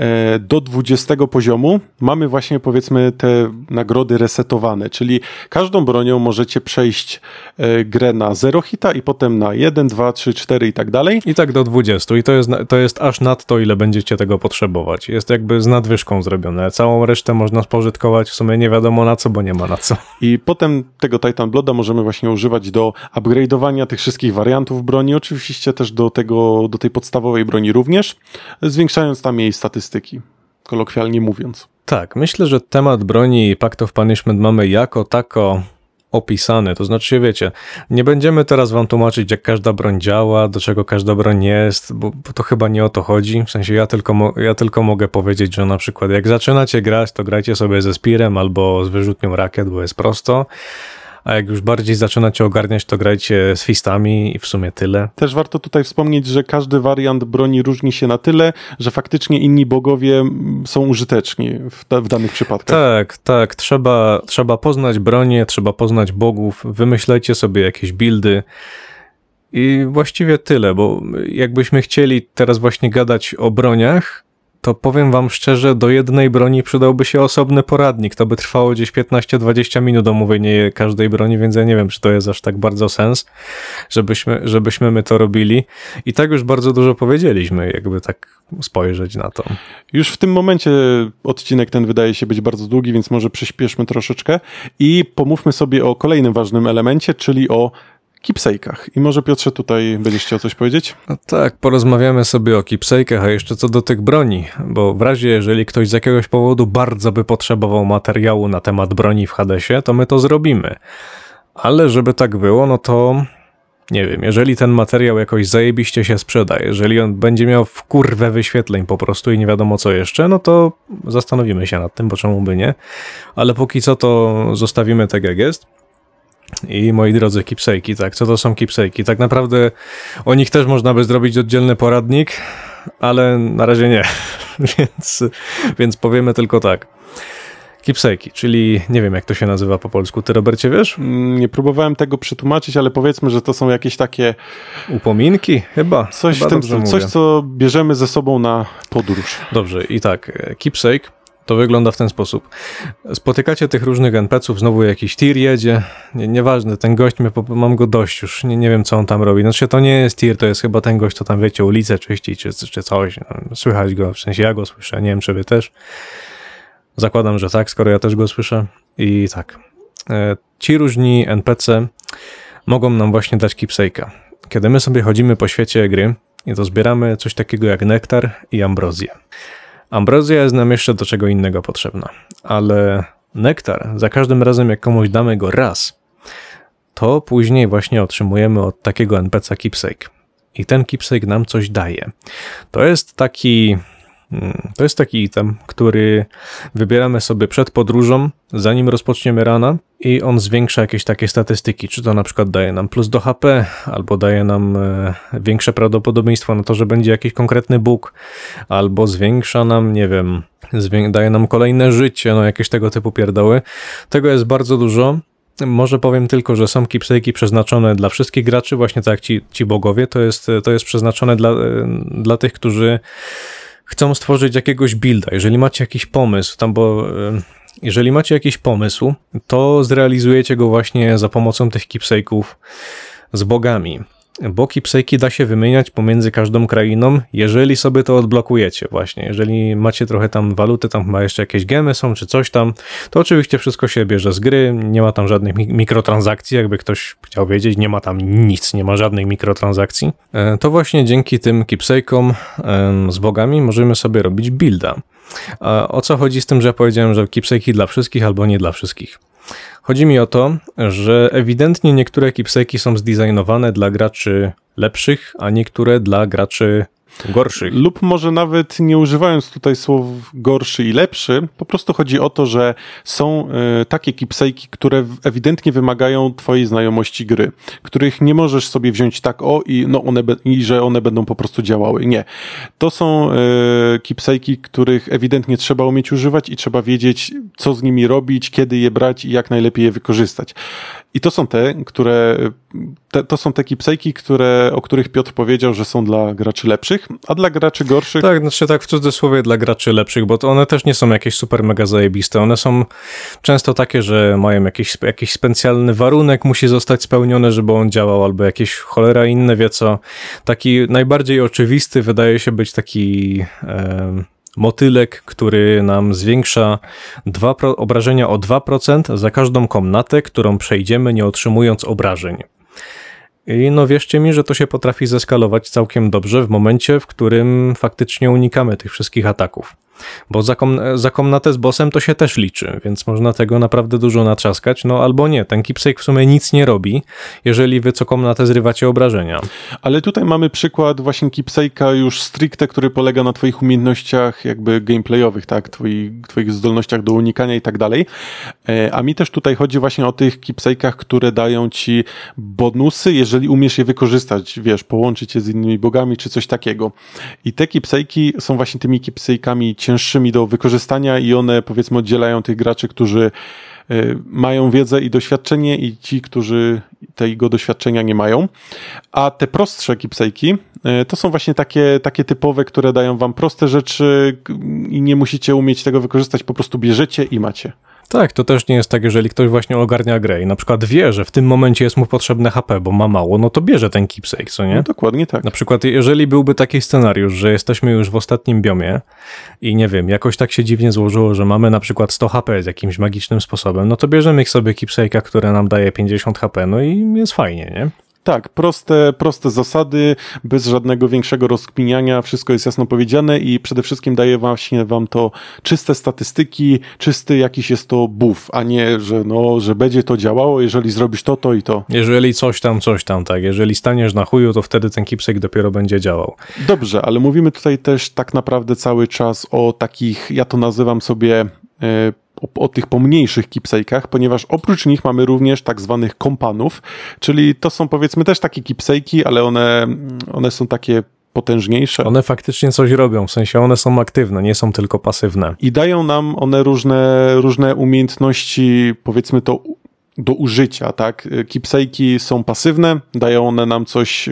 do 20 poziomu mamy właśnie, powiedzmy, te nagrody resetowane, czyli każdą bronią możecie przejść grę na 0 hita i potem na 1, 2, 3, 4 i tak dalej. I tak do 20. I to jest aż nad to, ile będziecie tego potrzebować. Jest jakby z nadwyżką zrobione. Całą resztę można spożytkować w sumie nie wiadomo na co, bo nie ma na co. I potem tego Titan Blooda możemy właśnie używać do upgrade'owania tych wszystkich wariantów broni, oczywiście też do tej podstawowej broni również, zwiększając tam jej statystyki, kolokwialnie mówiąc. Tak, myślę, że temat broni i Pact of Punishment mamy jako tako opisany, to znaczy, wiecie, nie będziemy teraz wam tłumaczyć, jak każda broń działa, do czego każda broń jest, bo to chyba nie o to chodzi, w sensie ja tylko mogę powiedzieć, że na przykład jak zaczynacie grać, to grajcie sobie ze Spearem albo z wyrzutnią rakiet, bo jest prosto, a jak już bardziej zaczynacie ogarniać, to grajcie z fistami i w sumie tyle. Też warto tutaj wspomnieć, że każdy wariant broni różni się na tyle, że faktycznie inni bogowie są użyteczni w danych przypadkach. Tak, trzeba poznać bronię, trzeba poznać bogów, wymyślajcie sobie jakieś buildy i właściwie tyle, bo jakbyśmy chcieli teraz właśnie gadać o broniach, to powiem wam szczerze, do jednej broni przydałby się osobny poradnik. To by trwało gdzieś 15-20 minut omówienie każdej broni, więc ja nie wiem, czy to jest aż tak bardzo sens, żebyśmy my to robili. I tak już bardzo dużo powiedzieliśmy, jakby tak spojrzeć na to. Już w tym momencie odcinek ten wydaje się być bardzo długi, więc może przyspieszmy troszeczkę i pomówmy sobie o kolejnym ważnym elemencie, czyli o keepsake'ach. I może Piotrze tutaj będziesz chciał coś powiedzieć? No tak, porozmawiamy sobie o keepsake'ach, a jeszcze co do tych broni, bo w razie, jeżeli ktoś z jakiegoś powodu bardzo by potrzebował materiału na temat broni w Hadesie, to my to zrobimy. Ale żeby tak było, no to nie wiem, jeżeli ten materiał jakoś zajebiście się sprzeda, jeżeli on będzie miał w kurwę wyświetleń po prostu i nie wiadomo co jeszcze, no to zastanowimy się nad tym, bo czemu by nie. Ale póki co to zostawimy tak jak jest. I moi drodzy, keepsake'i, tak, co to są keepsake'i? Tak naprawdę o nich też można by zrobić oddzielny poradnik, ale na razie nie, więc powiemy tylko tak. Keepsake'i, czyli nie wiem jak to się nazywa po polsku, ty Robercie wiesz? Nie próbowałem tego przetłumaczyć, ale powiedzmy, że to są jakieś takie... Upominki? Chyba. Coś chyba w tym, coś co bierzemy ze sobą na podróż. Dobrze, i tak, keepsake to wygląda w ten sposób. Spotykacie tych różnych NPC-ów, znowu jakiś tir jedzie, nieważne, ten gość, mam go dość już, nie wiem co on tam robi. Znaczy to nie jest tir, to jest chyba ten gość, co tam wiecie, ulicę czyści czy coś, no, słychać go, w sensie ja go słyszę, nie wiem czy wy też. Zakładam, że tak, skoro ja też go słyszę. I tak, ci różni NPC mogą nam właśnie dać keepsake'a. Kiedy my sobie chodzimy po świecie gry, i to zbieramy coś takiego jak nektar i ambrozję. Ambrozja jest nam jeszcze do czego innego potrzebna, ale nektar, za każdym razem jak komuś damy go raz, to później właśnie otrzymujemy od takiego NPC keepsake. I ten keepsake nam coś daje. To jest taki item, który wybieramy sobie przed podróżą, zanim rozpoczniemy rana i on zwiększa jakieś takie statystyki, czy to na przykład daje nam plus do HP, albo daje nam większe prawdopodobieństwo na to, że będzie jakiś konkretny bóg, albo zwiększa nam, nie wiem, daje nam kolejne życie, no jakieś tego typu pierdoły. Tego jest bardzo dużo. Może powiem tylko, że są keepsake'i przeznaczone dla wszystkich graczy, właśnie tak jak ci bogowie, to jest przeznaczone dla tych, którzy chcą stworzyć jakiegoś builda. Jeżeli macie jakiś pomysł, jeżeli macie jakiś pomysł, to zrealizujecie go właśnie za pomocą tych keepsake'ów z bogami. Bo keepsake'i da się wymieniać pomiędzy każdą krainą, jeżeli sobie to odblokujecie właśnie. Jeżeli macie trochę tam waluty, tam chyba jeszcze jakieś gemy są, czy coś tam, to oczywiście wszystko się bierze z gry, nie ma tam żadnych mikrotransakcji, jakby ktoś chciał wiedzieć, nie ma tam nic, nie ma żadnych mikrotransakcji. To właśnie dzięki tym keepsake'om z bogami możemy sobie robić builda. A o co chodzi z tym, że ja powiedziałem, że keepsake'i dla wszystkich albo nie dla wszystkich? Chodzi mi o to, że ewidentnie niektóre keepsake'i są zdesignowane dla graczy lepszych, a niektóre dla graczy gorszych. Lub może nawet nie używając tutaj słów gorszy i lepszy, po prostu chodzi o to, że są takie keepsake'i, które ewidentnie wymagają twojej znajomości gry, których nie możesz sobie wziąć tak i że one będą po prostu działały. Nie. To są keepsake'i, których ewidentnie trzeba umieć używać i trzeba wiedzieć, co z nimi robić, kiedy je brać i jak najlepiej je wykorzystać. I to są to są te keepsake'i, o których Piotr powiedział, że są dla graczy lepszych, a dla graczy gorszych... Tak, znaczy tak w cudzysłowie dla graczy lepszych, bo to one też nie są jakieś super mega zajebiste. One są często takie, że mają jakiś specjalny warunek, musi zostać spełniony, żeby on działał, albo jakieś cholera inne wie co. Taki najbardziej oczywisty wydaje się być taki motylek, który nam zwiększa obrażenia o 2% za każdą komnatę, którą przejdziemy, nie otrzymując obrażeń. I no wierzcie mi, że to się potrafi zeskalować całkiem dobrze w momencie, w którym faktycznie unikamy tych wszystkich ataków. Bo za komnatę z bossem to się też liczy, więc można tego naprawdę dużo natrzaskać, no albo nie, ten keepsake w sumie nic nie robi, jeżeli wy co komnatę zrywacie obrażenia. Ale tutaj mamy przykład właśnie keepsake'a już stricte, który polega na twoich umiejętnościach jakby gameplayowych, tak, twoich zdolnościach do unikania i tak dalej, a mi też tutaj chodzi właśnie o tych keepsake'ach, które dają ci bonusy, jeżeli umiesz je wykorzystać, wiesz, połączyć je z innymi bogami czy coś takiego. I te keepsake'i są właśnie tymi keepsake'ami cięższymi do wykorzystania i one powiedzmy oddzielają tych graczy, którzy mają wiedzę i doświadczenie i ci, którzy tego doświadczenia nie mają. A te prostsze keepsake'i to są właśnie takie typowe, które dają wam proste rzeczy i nie musicie umieć tego wykorzystać, po prostu bierzecie i macie. Tak, to też nie jest tak, jeżeli ktoś właśnie ogarnia grę i na przykład wie, że w tym momencie jest mu potrzebne HP, bo ma mało, no to bierze ten keepsake, co nie? No, dokładnie tak. Na przykład jeżeli byłby taki scenariusz, że jesteśmy już w ostatnim biomie i nie wiem, jakoś tak się dziwnie złożyło, że mamy na przykład 100 HP z jakimś magicznym sposobem, no to bierzemy sobie keepsake'a, które nam daje 50 HP, no i jest fajnie, nie? Tak, proste zasady, bez żadnego większego rozkminiania, wszystko jest jasno powiedziane i przede wszystkim daje właśnie wam to czyste statystyki, czysty jakiś jest to buff, a nie, że będzie to działało, jeżeli zrobisz to i to. Jeżeli coś tam, tak, jeżeli staniesz na chuju, to wtedy ten keepsake dopiero będzie działał. Dobrze, ale mówimy tutaj też tak naprawdę cały czas o takich, ja to nazywam sobie o tych pomniejszych keepsake'ach, ponieważ oprócz nich mamy również tak zwanych kompanów, czyli to są powiedzmy też takie keepsake'i, ale one są takie potężniejsze. One faktycznie coś robią, w sensie one są aktywne, nie są tylko pasywne. I dają nam one różne umiejętności, powiedzmy to do użycia, tak? Keepsake'i są pasywne, dają one nam coś,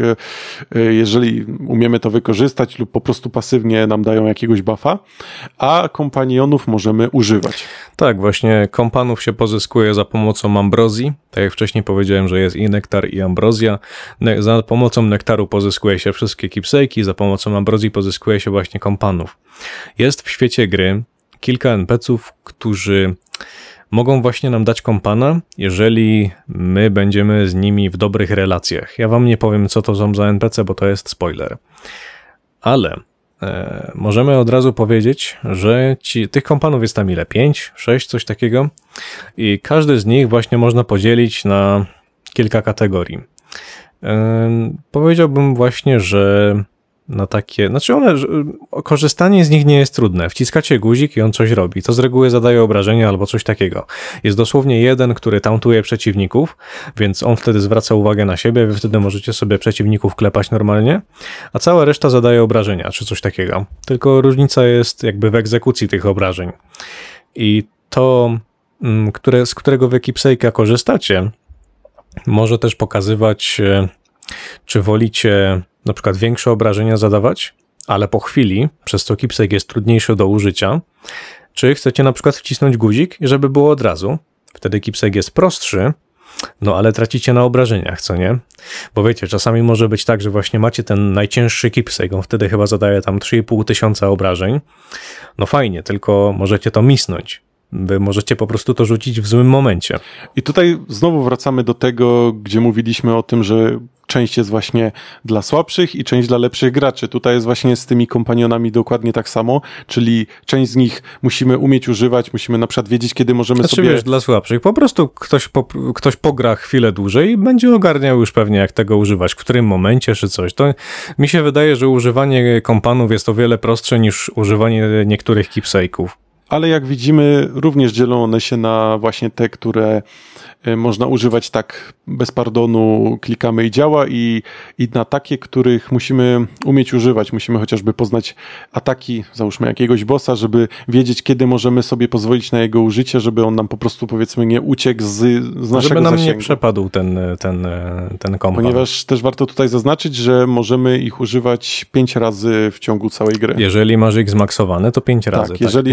jeżeli umiemy to wykorzystać lub po prostu pasywnie nam dają jakiegoś buffa, a kompanionów możemy używać. Tak, właśnie kompanów się pozyskuje za pomocą ambrozji, tak jak wcześniej powiedziałem, że jest i nektar i ambrozja. Za pomocą nektaru pozyskuje się wszystkie keepsake'i, za pomocą ambrozji pozyskuje się właśnie kompanów. Jest w świecie gry kilka NPC-ów, którzy mogą właśnie nam dać kompana, jeżeli my będziemy z nimi w dobrych relacjach. Ja wam nie powiem, co to są za NPC, bo to jest spoiler. Ale możemy od razu powiedzieć, że tych kompanów jest tam ile? 5, 6, coś takiego. I każdy z nich właśnie można podzielić na kilka kategorii. Powiedziałbym właśnie, że na takie, korzystanie z nich nie jest trudne. Wciskacie guzik i on coś robi. To z reguły zadaje obrażenia albo coś takiego. Jest dosłownie jeden, który tauntuje przeciwników, więc on wtedy zwraca uwagę na siebie, wy wtedy możecie sobie przeciwników klepać normalnie, a cała reszta zadaje obrażenia, czy coś takiego. Tylko różnica jest jakby w egzekucji tych obrażeń. I to, z którego wy keepsake'a korzystacie, może też pokazywać, czy wolicie na przykład większe obrażenia zadawać, ale po chwili, przez co keepsake jest trudniejszy do użycia, czy chcecie na przykład wcisnąć guzik, żeby było od razu. Wtedy keepsake jest prostszy, no ale tracicie na obrażeniach, co nie? Bo wiecie, czasami może być tak, że właśnie macie ten najcięższy keepsake, on wtedy chyba zadaje tam 3500 obrażeń. No fajnie, tylko możecie to misnąć. Wy możecie po prostu to rzucić w złym momencie. I tutaj znowu wracamy do tego, gdzie mówiliśmy o tym, że część jest właśnie dla słabszych i część dla lepszych graczy. Tutaj jest właśnie z tymi kompanionami dokładnie tak samo, czyli część z nich musimy umieć używać, musimy na przykład wiedzieć, kiedy możemy sobie... Wiesz, dla słabszych. Po prostu ktoś pogra chwilę dłużej i będzie ogarniał już pewnie, jak tego używać, w którym momencie czy coś. To mi się wydaje, że używanie kompanów jest o wiele prostsze niż używanie niektórych keepsake'ów. Ale jak widzimy, również dzielą one się na właśnie te, które można używać tak bez pardonu, klikamy i działa i na takie, których musimy umieć używać. Musimy chociażby poznać ataki, załóżmy jakiegoś bossa, żeby wiedzieć, kiedy możemy sobie pozwolić na jego użycie, żeby on nam po prostu powiedzmy nie uciekł z naszego żeby nam zasięgu. Nie przepadł ten kompan. Ponieważ też warto tutaj zaznaczyć, że możemy ich używać 5 razy w ciągu całej gry. Jeżeli masz ich zmaksowane, to 5 razy. Tak, jeżeli... 5 razy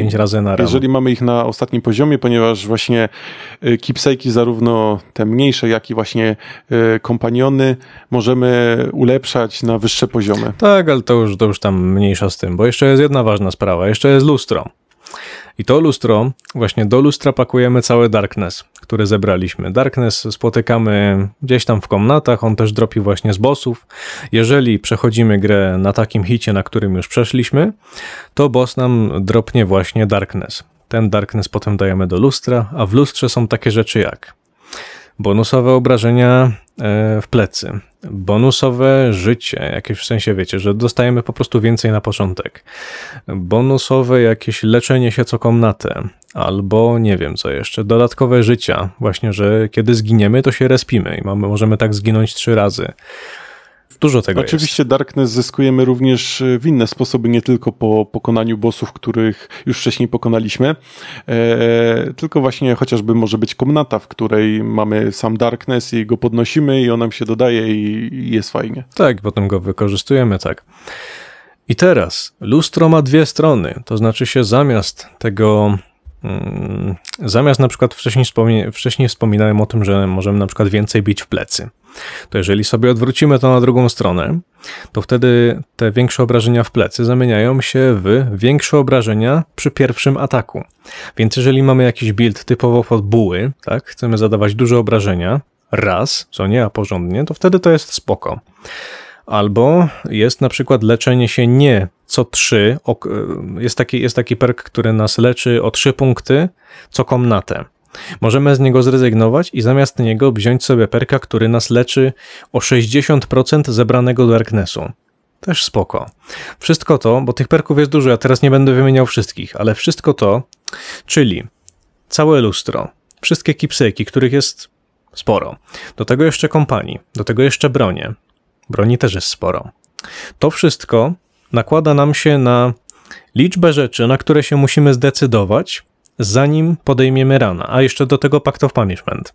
na RAM. Jeżeli mamy ich na ostatnim poziomie, ponieważ właśnie keepsake'i, zarówno te mniejsze, jak i właśnie kompaniony, możemy ulepszać na wyższe poziomy. Tak, ale to już tam mniejsza z tym, bo jeszcze jest jedna ważna sprawa, jeszcze jest lustro. I to lustro, właśnie do lustra pakujemy cały Darkness, który zebraliśmy. Darkness spotykamy gdzieś tam w komnatach, on też dropi właśnie z bossów. Jeżeli przechodzimy grę na takim hicie, na którym już przeszliśmy, to boss nam dropnie właśnie Darkness. Ten Darkness potem dajemy do lustra, a w lustrze są takie rzeczy jak bonusowe obrażenia w plecy, bonusowe życie, jakieś w sensie wiecie, że dostajemy po prostu więcej na początek, bonusowe jakieś leczenie się co komnatę, albo nie wiem co jeszcze, dodatkowe życia, właśnie, że kiedy zginiemy, to się respimy i możemy tak zginąć 3 razy. Dużo tego Oczywiście jest. Darkness zyskujemy również w inne sposoby, nie tylko po pokonaniu bossów, których już wcześniej pokonaliśmy, tylko właśnie chociażby może być komnata, w której mamy sam Darkness i go podnosimy i on nam się dodaje i jest fajnie. Tak, potem go wykorzystujemy, tak. I teraz lustro ma 2 strony, to znaczy się zamiast tego... Zamiast na przykład wcześniej wspominałem o tym, że możemy na przykład więcej bić w plecy, to jeżeli sobie odwrócimy to na drugą stronę, to wtedy te większe obrażenia w plecy zamieniają się w większe obrażenia przy pierwszym ataku. Więc jeżeli mamy jakiś build typowo pod buły, tak, chcemy zadawać duże obrażenia raz, co nie, a porządnie, to wtedy to jest spoko. Albo jest na przykład leczenie się nie co 3, jest taki perk, który nas leczy o 3 punkty co komnatę. Możemy z niego zrezygnować i zamiast niego wziąć sobie perka, który nas leczy o 60% zebranego Darknessu. Też spoko. Wszystko to, bo tych perków jest dużo, ja teraz nie będę wymieniał wszystkich, ale wszystko to, czyli całe lustro, wszystkie keepsake'i, których jest sporo, do tego jeszcze kompanii, do tego jeszcze bronie. Broni też jest sporo. To wszystko nakłada nam się na liczbę rzeczy, na które się musimy zdecydować, zanim podejmiemy rana, a jeszcze do tego Pact of Punishment.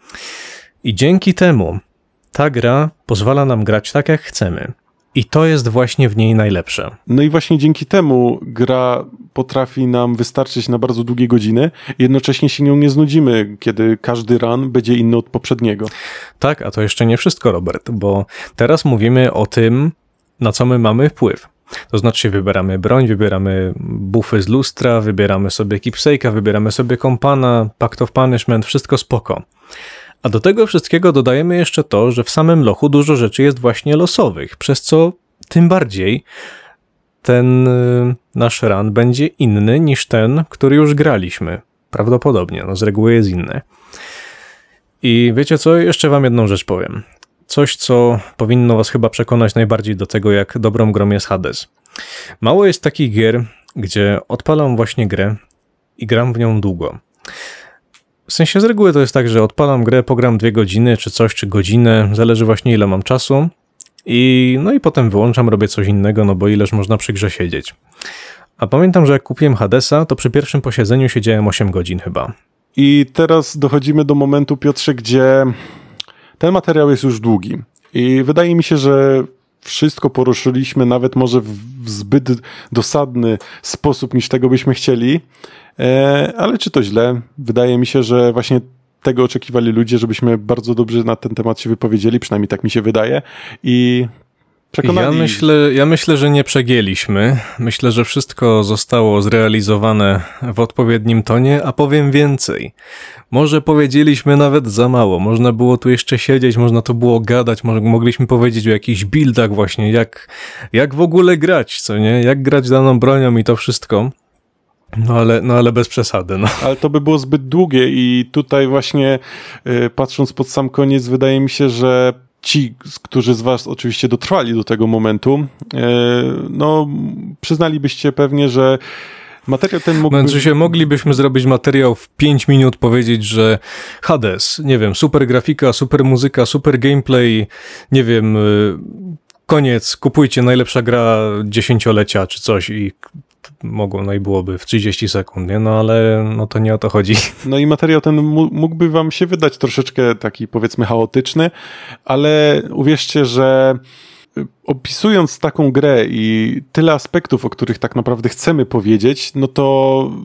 I dzięki temu ta gra pozwala nam grać tak, jak chcemy. I to jest właśnie w niej najlepsze. No i właśnie dzięki temu gra potrafi nam wystarczyć na bardzo długie godziny, jednocześnie się nią nie znudzimy, kiedy każdy run będzie inny od poprzedniego. Tak, a to jeszcze nie wszystko, Robert, bo teraz mówimy o tym, na co my mamy wpływ. To znaczy wybieramy broń, wybieramy buffy z lustra, wybieramy sobie keepsake'a, wybieramy sobie kompana, Pact of Punishment, wszystko spoko. A do tego wszystkiego dodajemy jeszcze to, że w samym lochu dużo rzeczy jest właśnie losowych, przez co tym bardziej ten nasz run będzie inny niż ten, który już graliśmy. Prawdopodobnie, no z reguły jest inny. I wiecie co? Jeszcze wam jedną rzecz powiem. Coś, co powinno was chyba przekonać najbardziej do tego, jak dobrą grą jest Hades. Mało jest takich gier, gdzie odpalam właśnie grę i gram w nią długo. W sensie z reguły to jest tak, że odpalam grę, pogram 2 godziny, czy coś, czy godzinę, zależy właśnie ile mam czasu i potem wyłączam, robię coś innego, no bo ileż można przy grze siedzieć. A pamiętam, że jak kupiłem Hadesa, to przy pierwszym posiedzeniu siedziałem 8 godzin chyba. I teraz dochodzimy do momentu, Piotrze, gdzie ten materiał jest już długi i wydaje mi się, że wszystko poruszyliśmy, nawet może w zbyt dosadny sposób, niż tego byśmy chcieli, ale czy to źle? Wydaje mi się, że właśnie tego oczekiwali ludzie, żebyśmy bardzo dobrze na ten temat się wypowiedzieli, przynajmniej tak mi się wydaje i przekonali... Ja myślę, że nie przegięliśmy. Myślę, że wszystko zostało zrealizowane w odpowiednim tonie, a powiem więcej. Może powiedzieliśmy nawet za mało. Można było tu jeszcze siedzieć, można to było gadać, mogliśmy powiedzieć o jakichś buildach właśnie, jak w ogóle grać, co nie? Jak grać daną bronią i to wszystko. No ale bez przesady. No. Ale to by było zbyt długie i tutaj właśnie patrząc pod sam koniec, wydaje mi się, że ci, którzy z was oczywiście dotrwali do tego momentu, no przyznalibyście pewnie, że materiał ten mógłby... Znaczy się, moglibyśmy zrobić materiał w 5 minut, powiedzieć, że Hades, nie wiem, super grafika, super muzyka, super gameplay, nie wiem, koniec, kupujcie najlepsza gra dziesięciolecia czy coś i mogło, no i byłoby w 30 sekund, nie? No ale no to nie o to chodzi. No i materiał ten mógłby wam się wydać troszeczkę taki, powiedzmy, chaotyczny, ale uwierzcie, że opisując taką grę i tyle aspektów, o których tak naprawdę chcemy powiedzieć, no to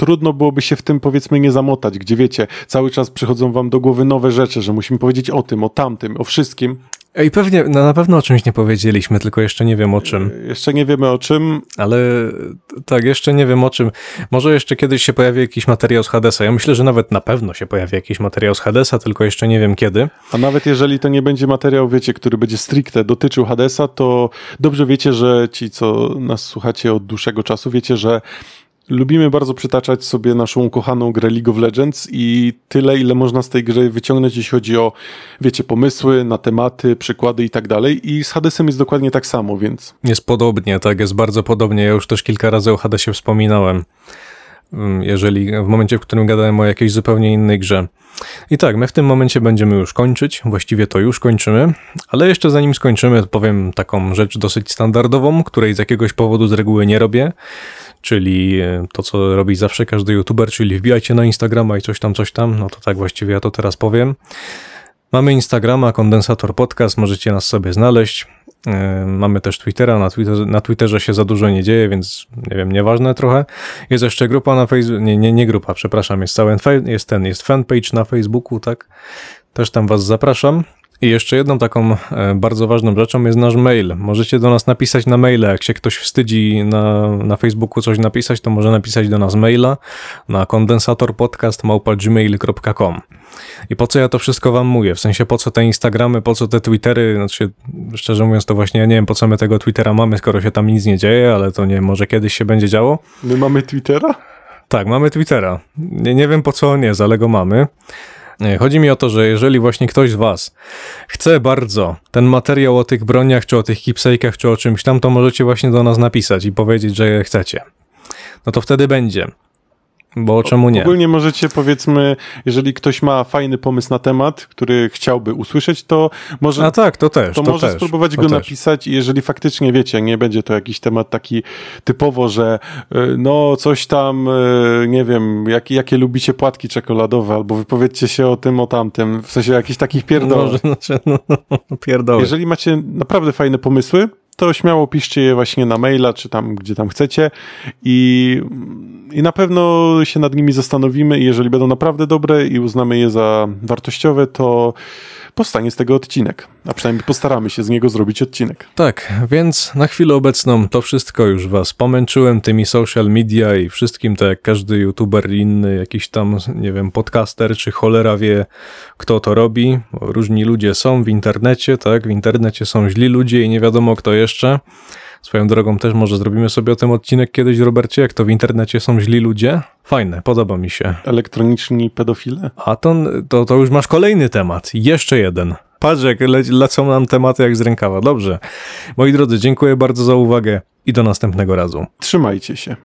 trudno byłoby się w tym, powiedzmy, nie zamotać, gdzie wiecie, cały czas przychodzą wam do głowy nowe rzeczy, że musimy powiedzieć o tym, o tamtym, o wszystkim. I pewnie, na pewno o czymś nie powiedzieliśmy, tylko jeszcze nie wiem o czym. Jeszcze nie wiemy o czym. Ale tak, jeszcze nie wiem o czym. Może jeszcze kiedyś się pojawi jakiś materiał z Hadesa. Ja myślę, że nawet na pewno się pojawi jakiś materiał z Hadesa, tylko jeszcze nie wiem kiedy. A nawet jeżeli to nie będzie materiał, wiecie, który będzie stricte dotyczył Hadesa, to dobrze wiecie, że ci, co nas słuchacie od dłuższego czasu, wiecie, że lubimy bardzo przytaczać sobie naszą ukochaną grę League of Legends i tyle, ile można z tej gry wyciągnąć, jeśli chodzi o, wiecie, pomysły na tematy, przykłady i tak dalej. I z Hadesem jest dokładnie tak samo, więc... Jest podobnie, tak, jest bardzo podobnie. Ja już też kilka razy o Hadesie wspominałem. Jeżeli w momencie, w którym gadałem o jakiejś zupełnie innej grze. I tak, my w tym momencie będziemy już kończyć, właściwie to już kończymy, ale jeszcze zanim skończymy, to powiem taką rzecz dosyć standardową, której z jakiegoś powodu z reguły nie robię, czyli to, co robi zawsze każdy youtuber, czyli wbijajcie na Instagrama i coś tam, no to tak właściwie ja to teraz powiem. Mamy Instagrama, Kondensator Podcast, możecie nas sobie znaleźć. Mamy też Twittera, na Twitterze się za dużo nie dzieje, więc nie wiem, nieważne trochę. Jest jeszcze grupa na Facebooku, nie grupa, przepraszam, jest fanpage na Facebooku, tak? Też tam was zapraszam. I jeszcze jedną taką bardzo ważną rzeczą jest nasz mail. Możecie do nas napisać na maila. Jak się ktoś wstydzi na Facebooku coś napisać, to może napisać do nas maila na kondensatorpodcast@gmail.com. I po co ja to wszystko wam mówię? W sensie po co te Instagramy, po co te Twittery? Znaczy, szczerze mówiąc to właśnie ja nie wiem po co my tego Twittera mamy, skoro się tam nic nie dzieje, ale to nie wiem, może kiedyś się będzie działo. My mamy Twittera? Tak, mamy Twittera. Nie wiem po co on jest, ale go mamy. Chodzi mi o to, że jeżeli właśnie ktoś z was chce bardzo ten materiał o tych broniach, czy o tych keepsake'ach, czy o czymś tam, to możecie właśnie do nas napisać i powiedzieć, że chcecie. No to wtedy będzie. Bo czemu nie? Ogólnie możecie, powiedzmy, jeżeli ktoś ma fajny pomysł na temat, który chciałby usłyszeć, to może... A tak, to też. To może spróbować go napisać i jeżeli faktycznie, wiecie, nie będzie to jakiś temat taki typowo, że no coś tam, nie wiem, jakie lubicie płatki czekoladowe, albo wypowiedzcie się o tym, o tamtym, w sensie jakichś takich pierdoł. Pierdoły. Jeżeli macie naprawdę fajne pomysły, to śmiało piszcie je właśnie na maila, czy tam, gdzie tam chcecie i na pewno się nad nimi zastanowimy i jeżeli będą naprawdę dobre i uznamy je za wartościowe, to powstanie z tego odcinek, a przynajmniej postaramy się z niego zrobić odcinek. Tak, więc na chwilę obecną to wszystko, już was pomęczyłem tymi social media i wszystkim, tak jak każdy youtuber inny, jakiś tam, nie wiem, podcaster, czy cholera wie, kto to robi. Różni ludzie są w internecie, tak, w internecie są źli ludzie i nie wiadomo kto jeszcze. Swoją drogą też może zrobimy sobie o tym odcinek kiedyś, Robercie, jak to w internecie są źli ludzie. Fajne, podoba mi się. Elektroniczni pedofile? A to już masz kolejny temat, jeszcze jeden. Patrz, jak lecą nam tematy jak z rękawa. Dobrze. Moi drodzy, dziękuję bardzo za uwagę i do następnego razu. Trzymajcie się.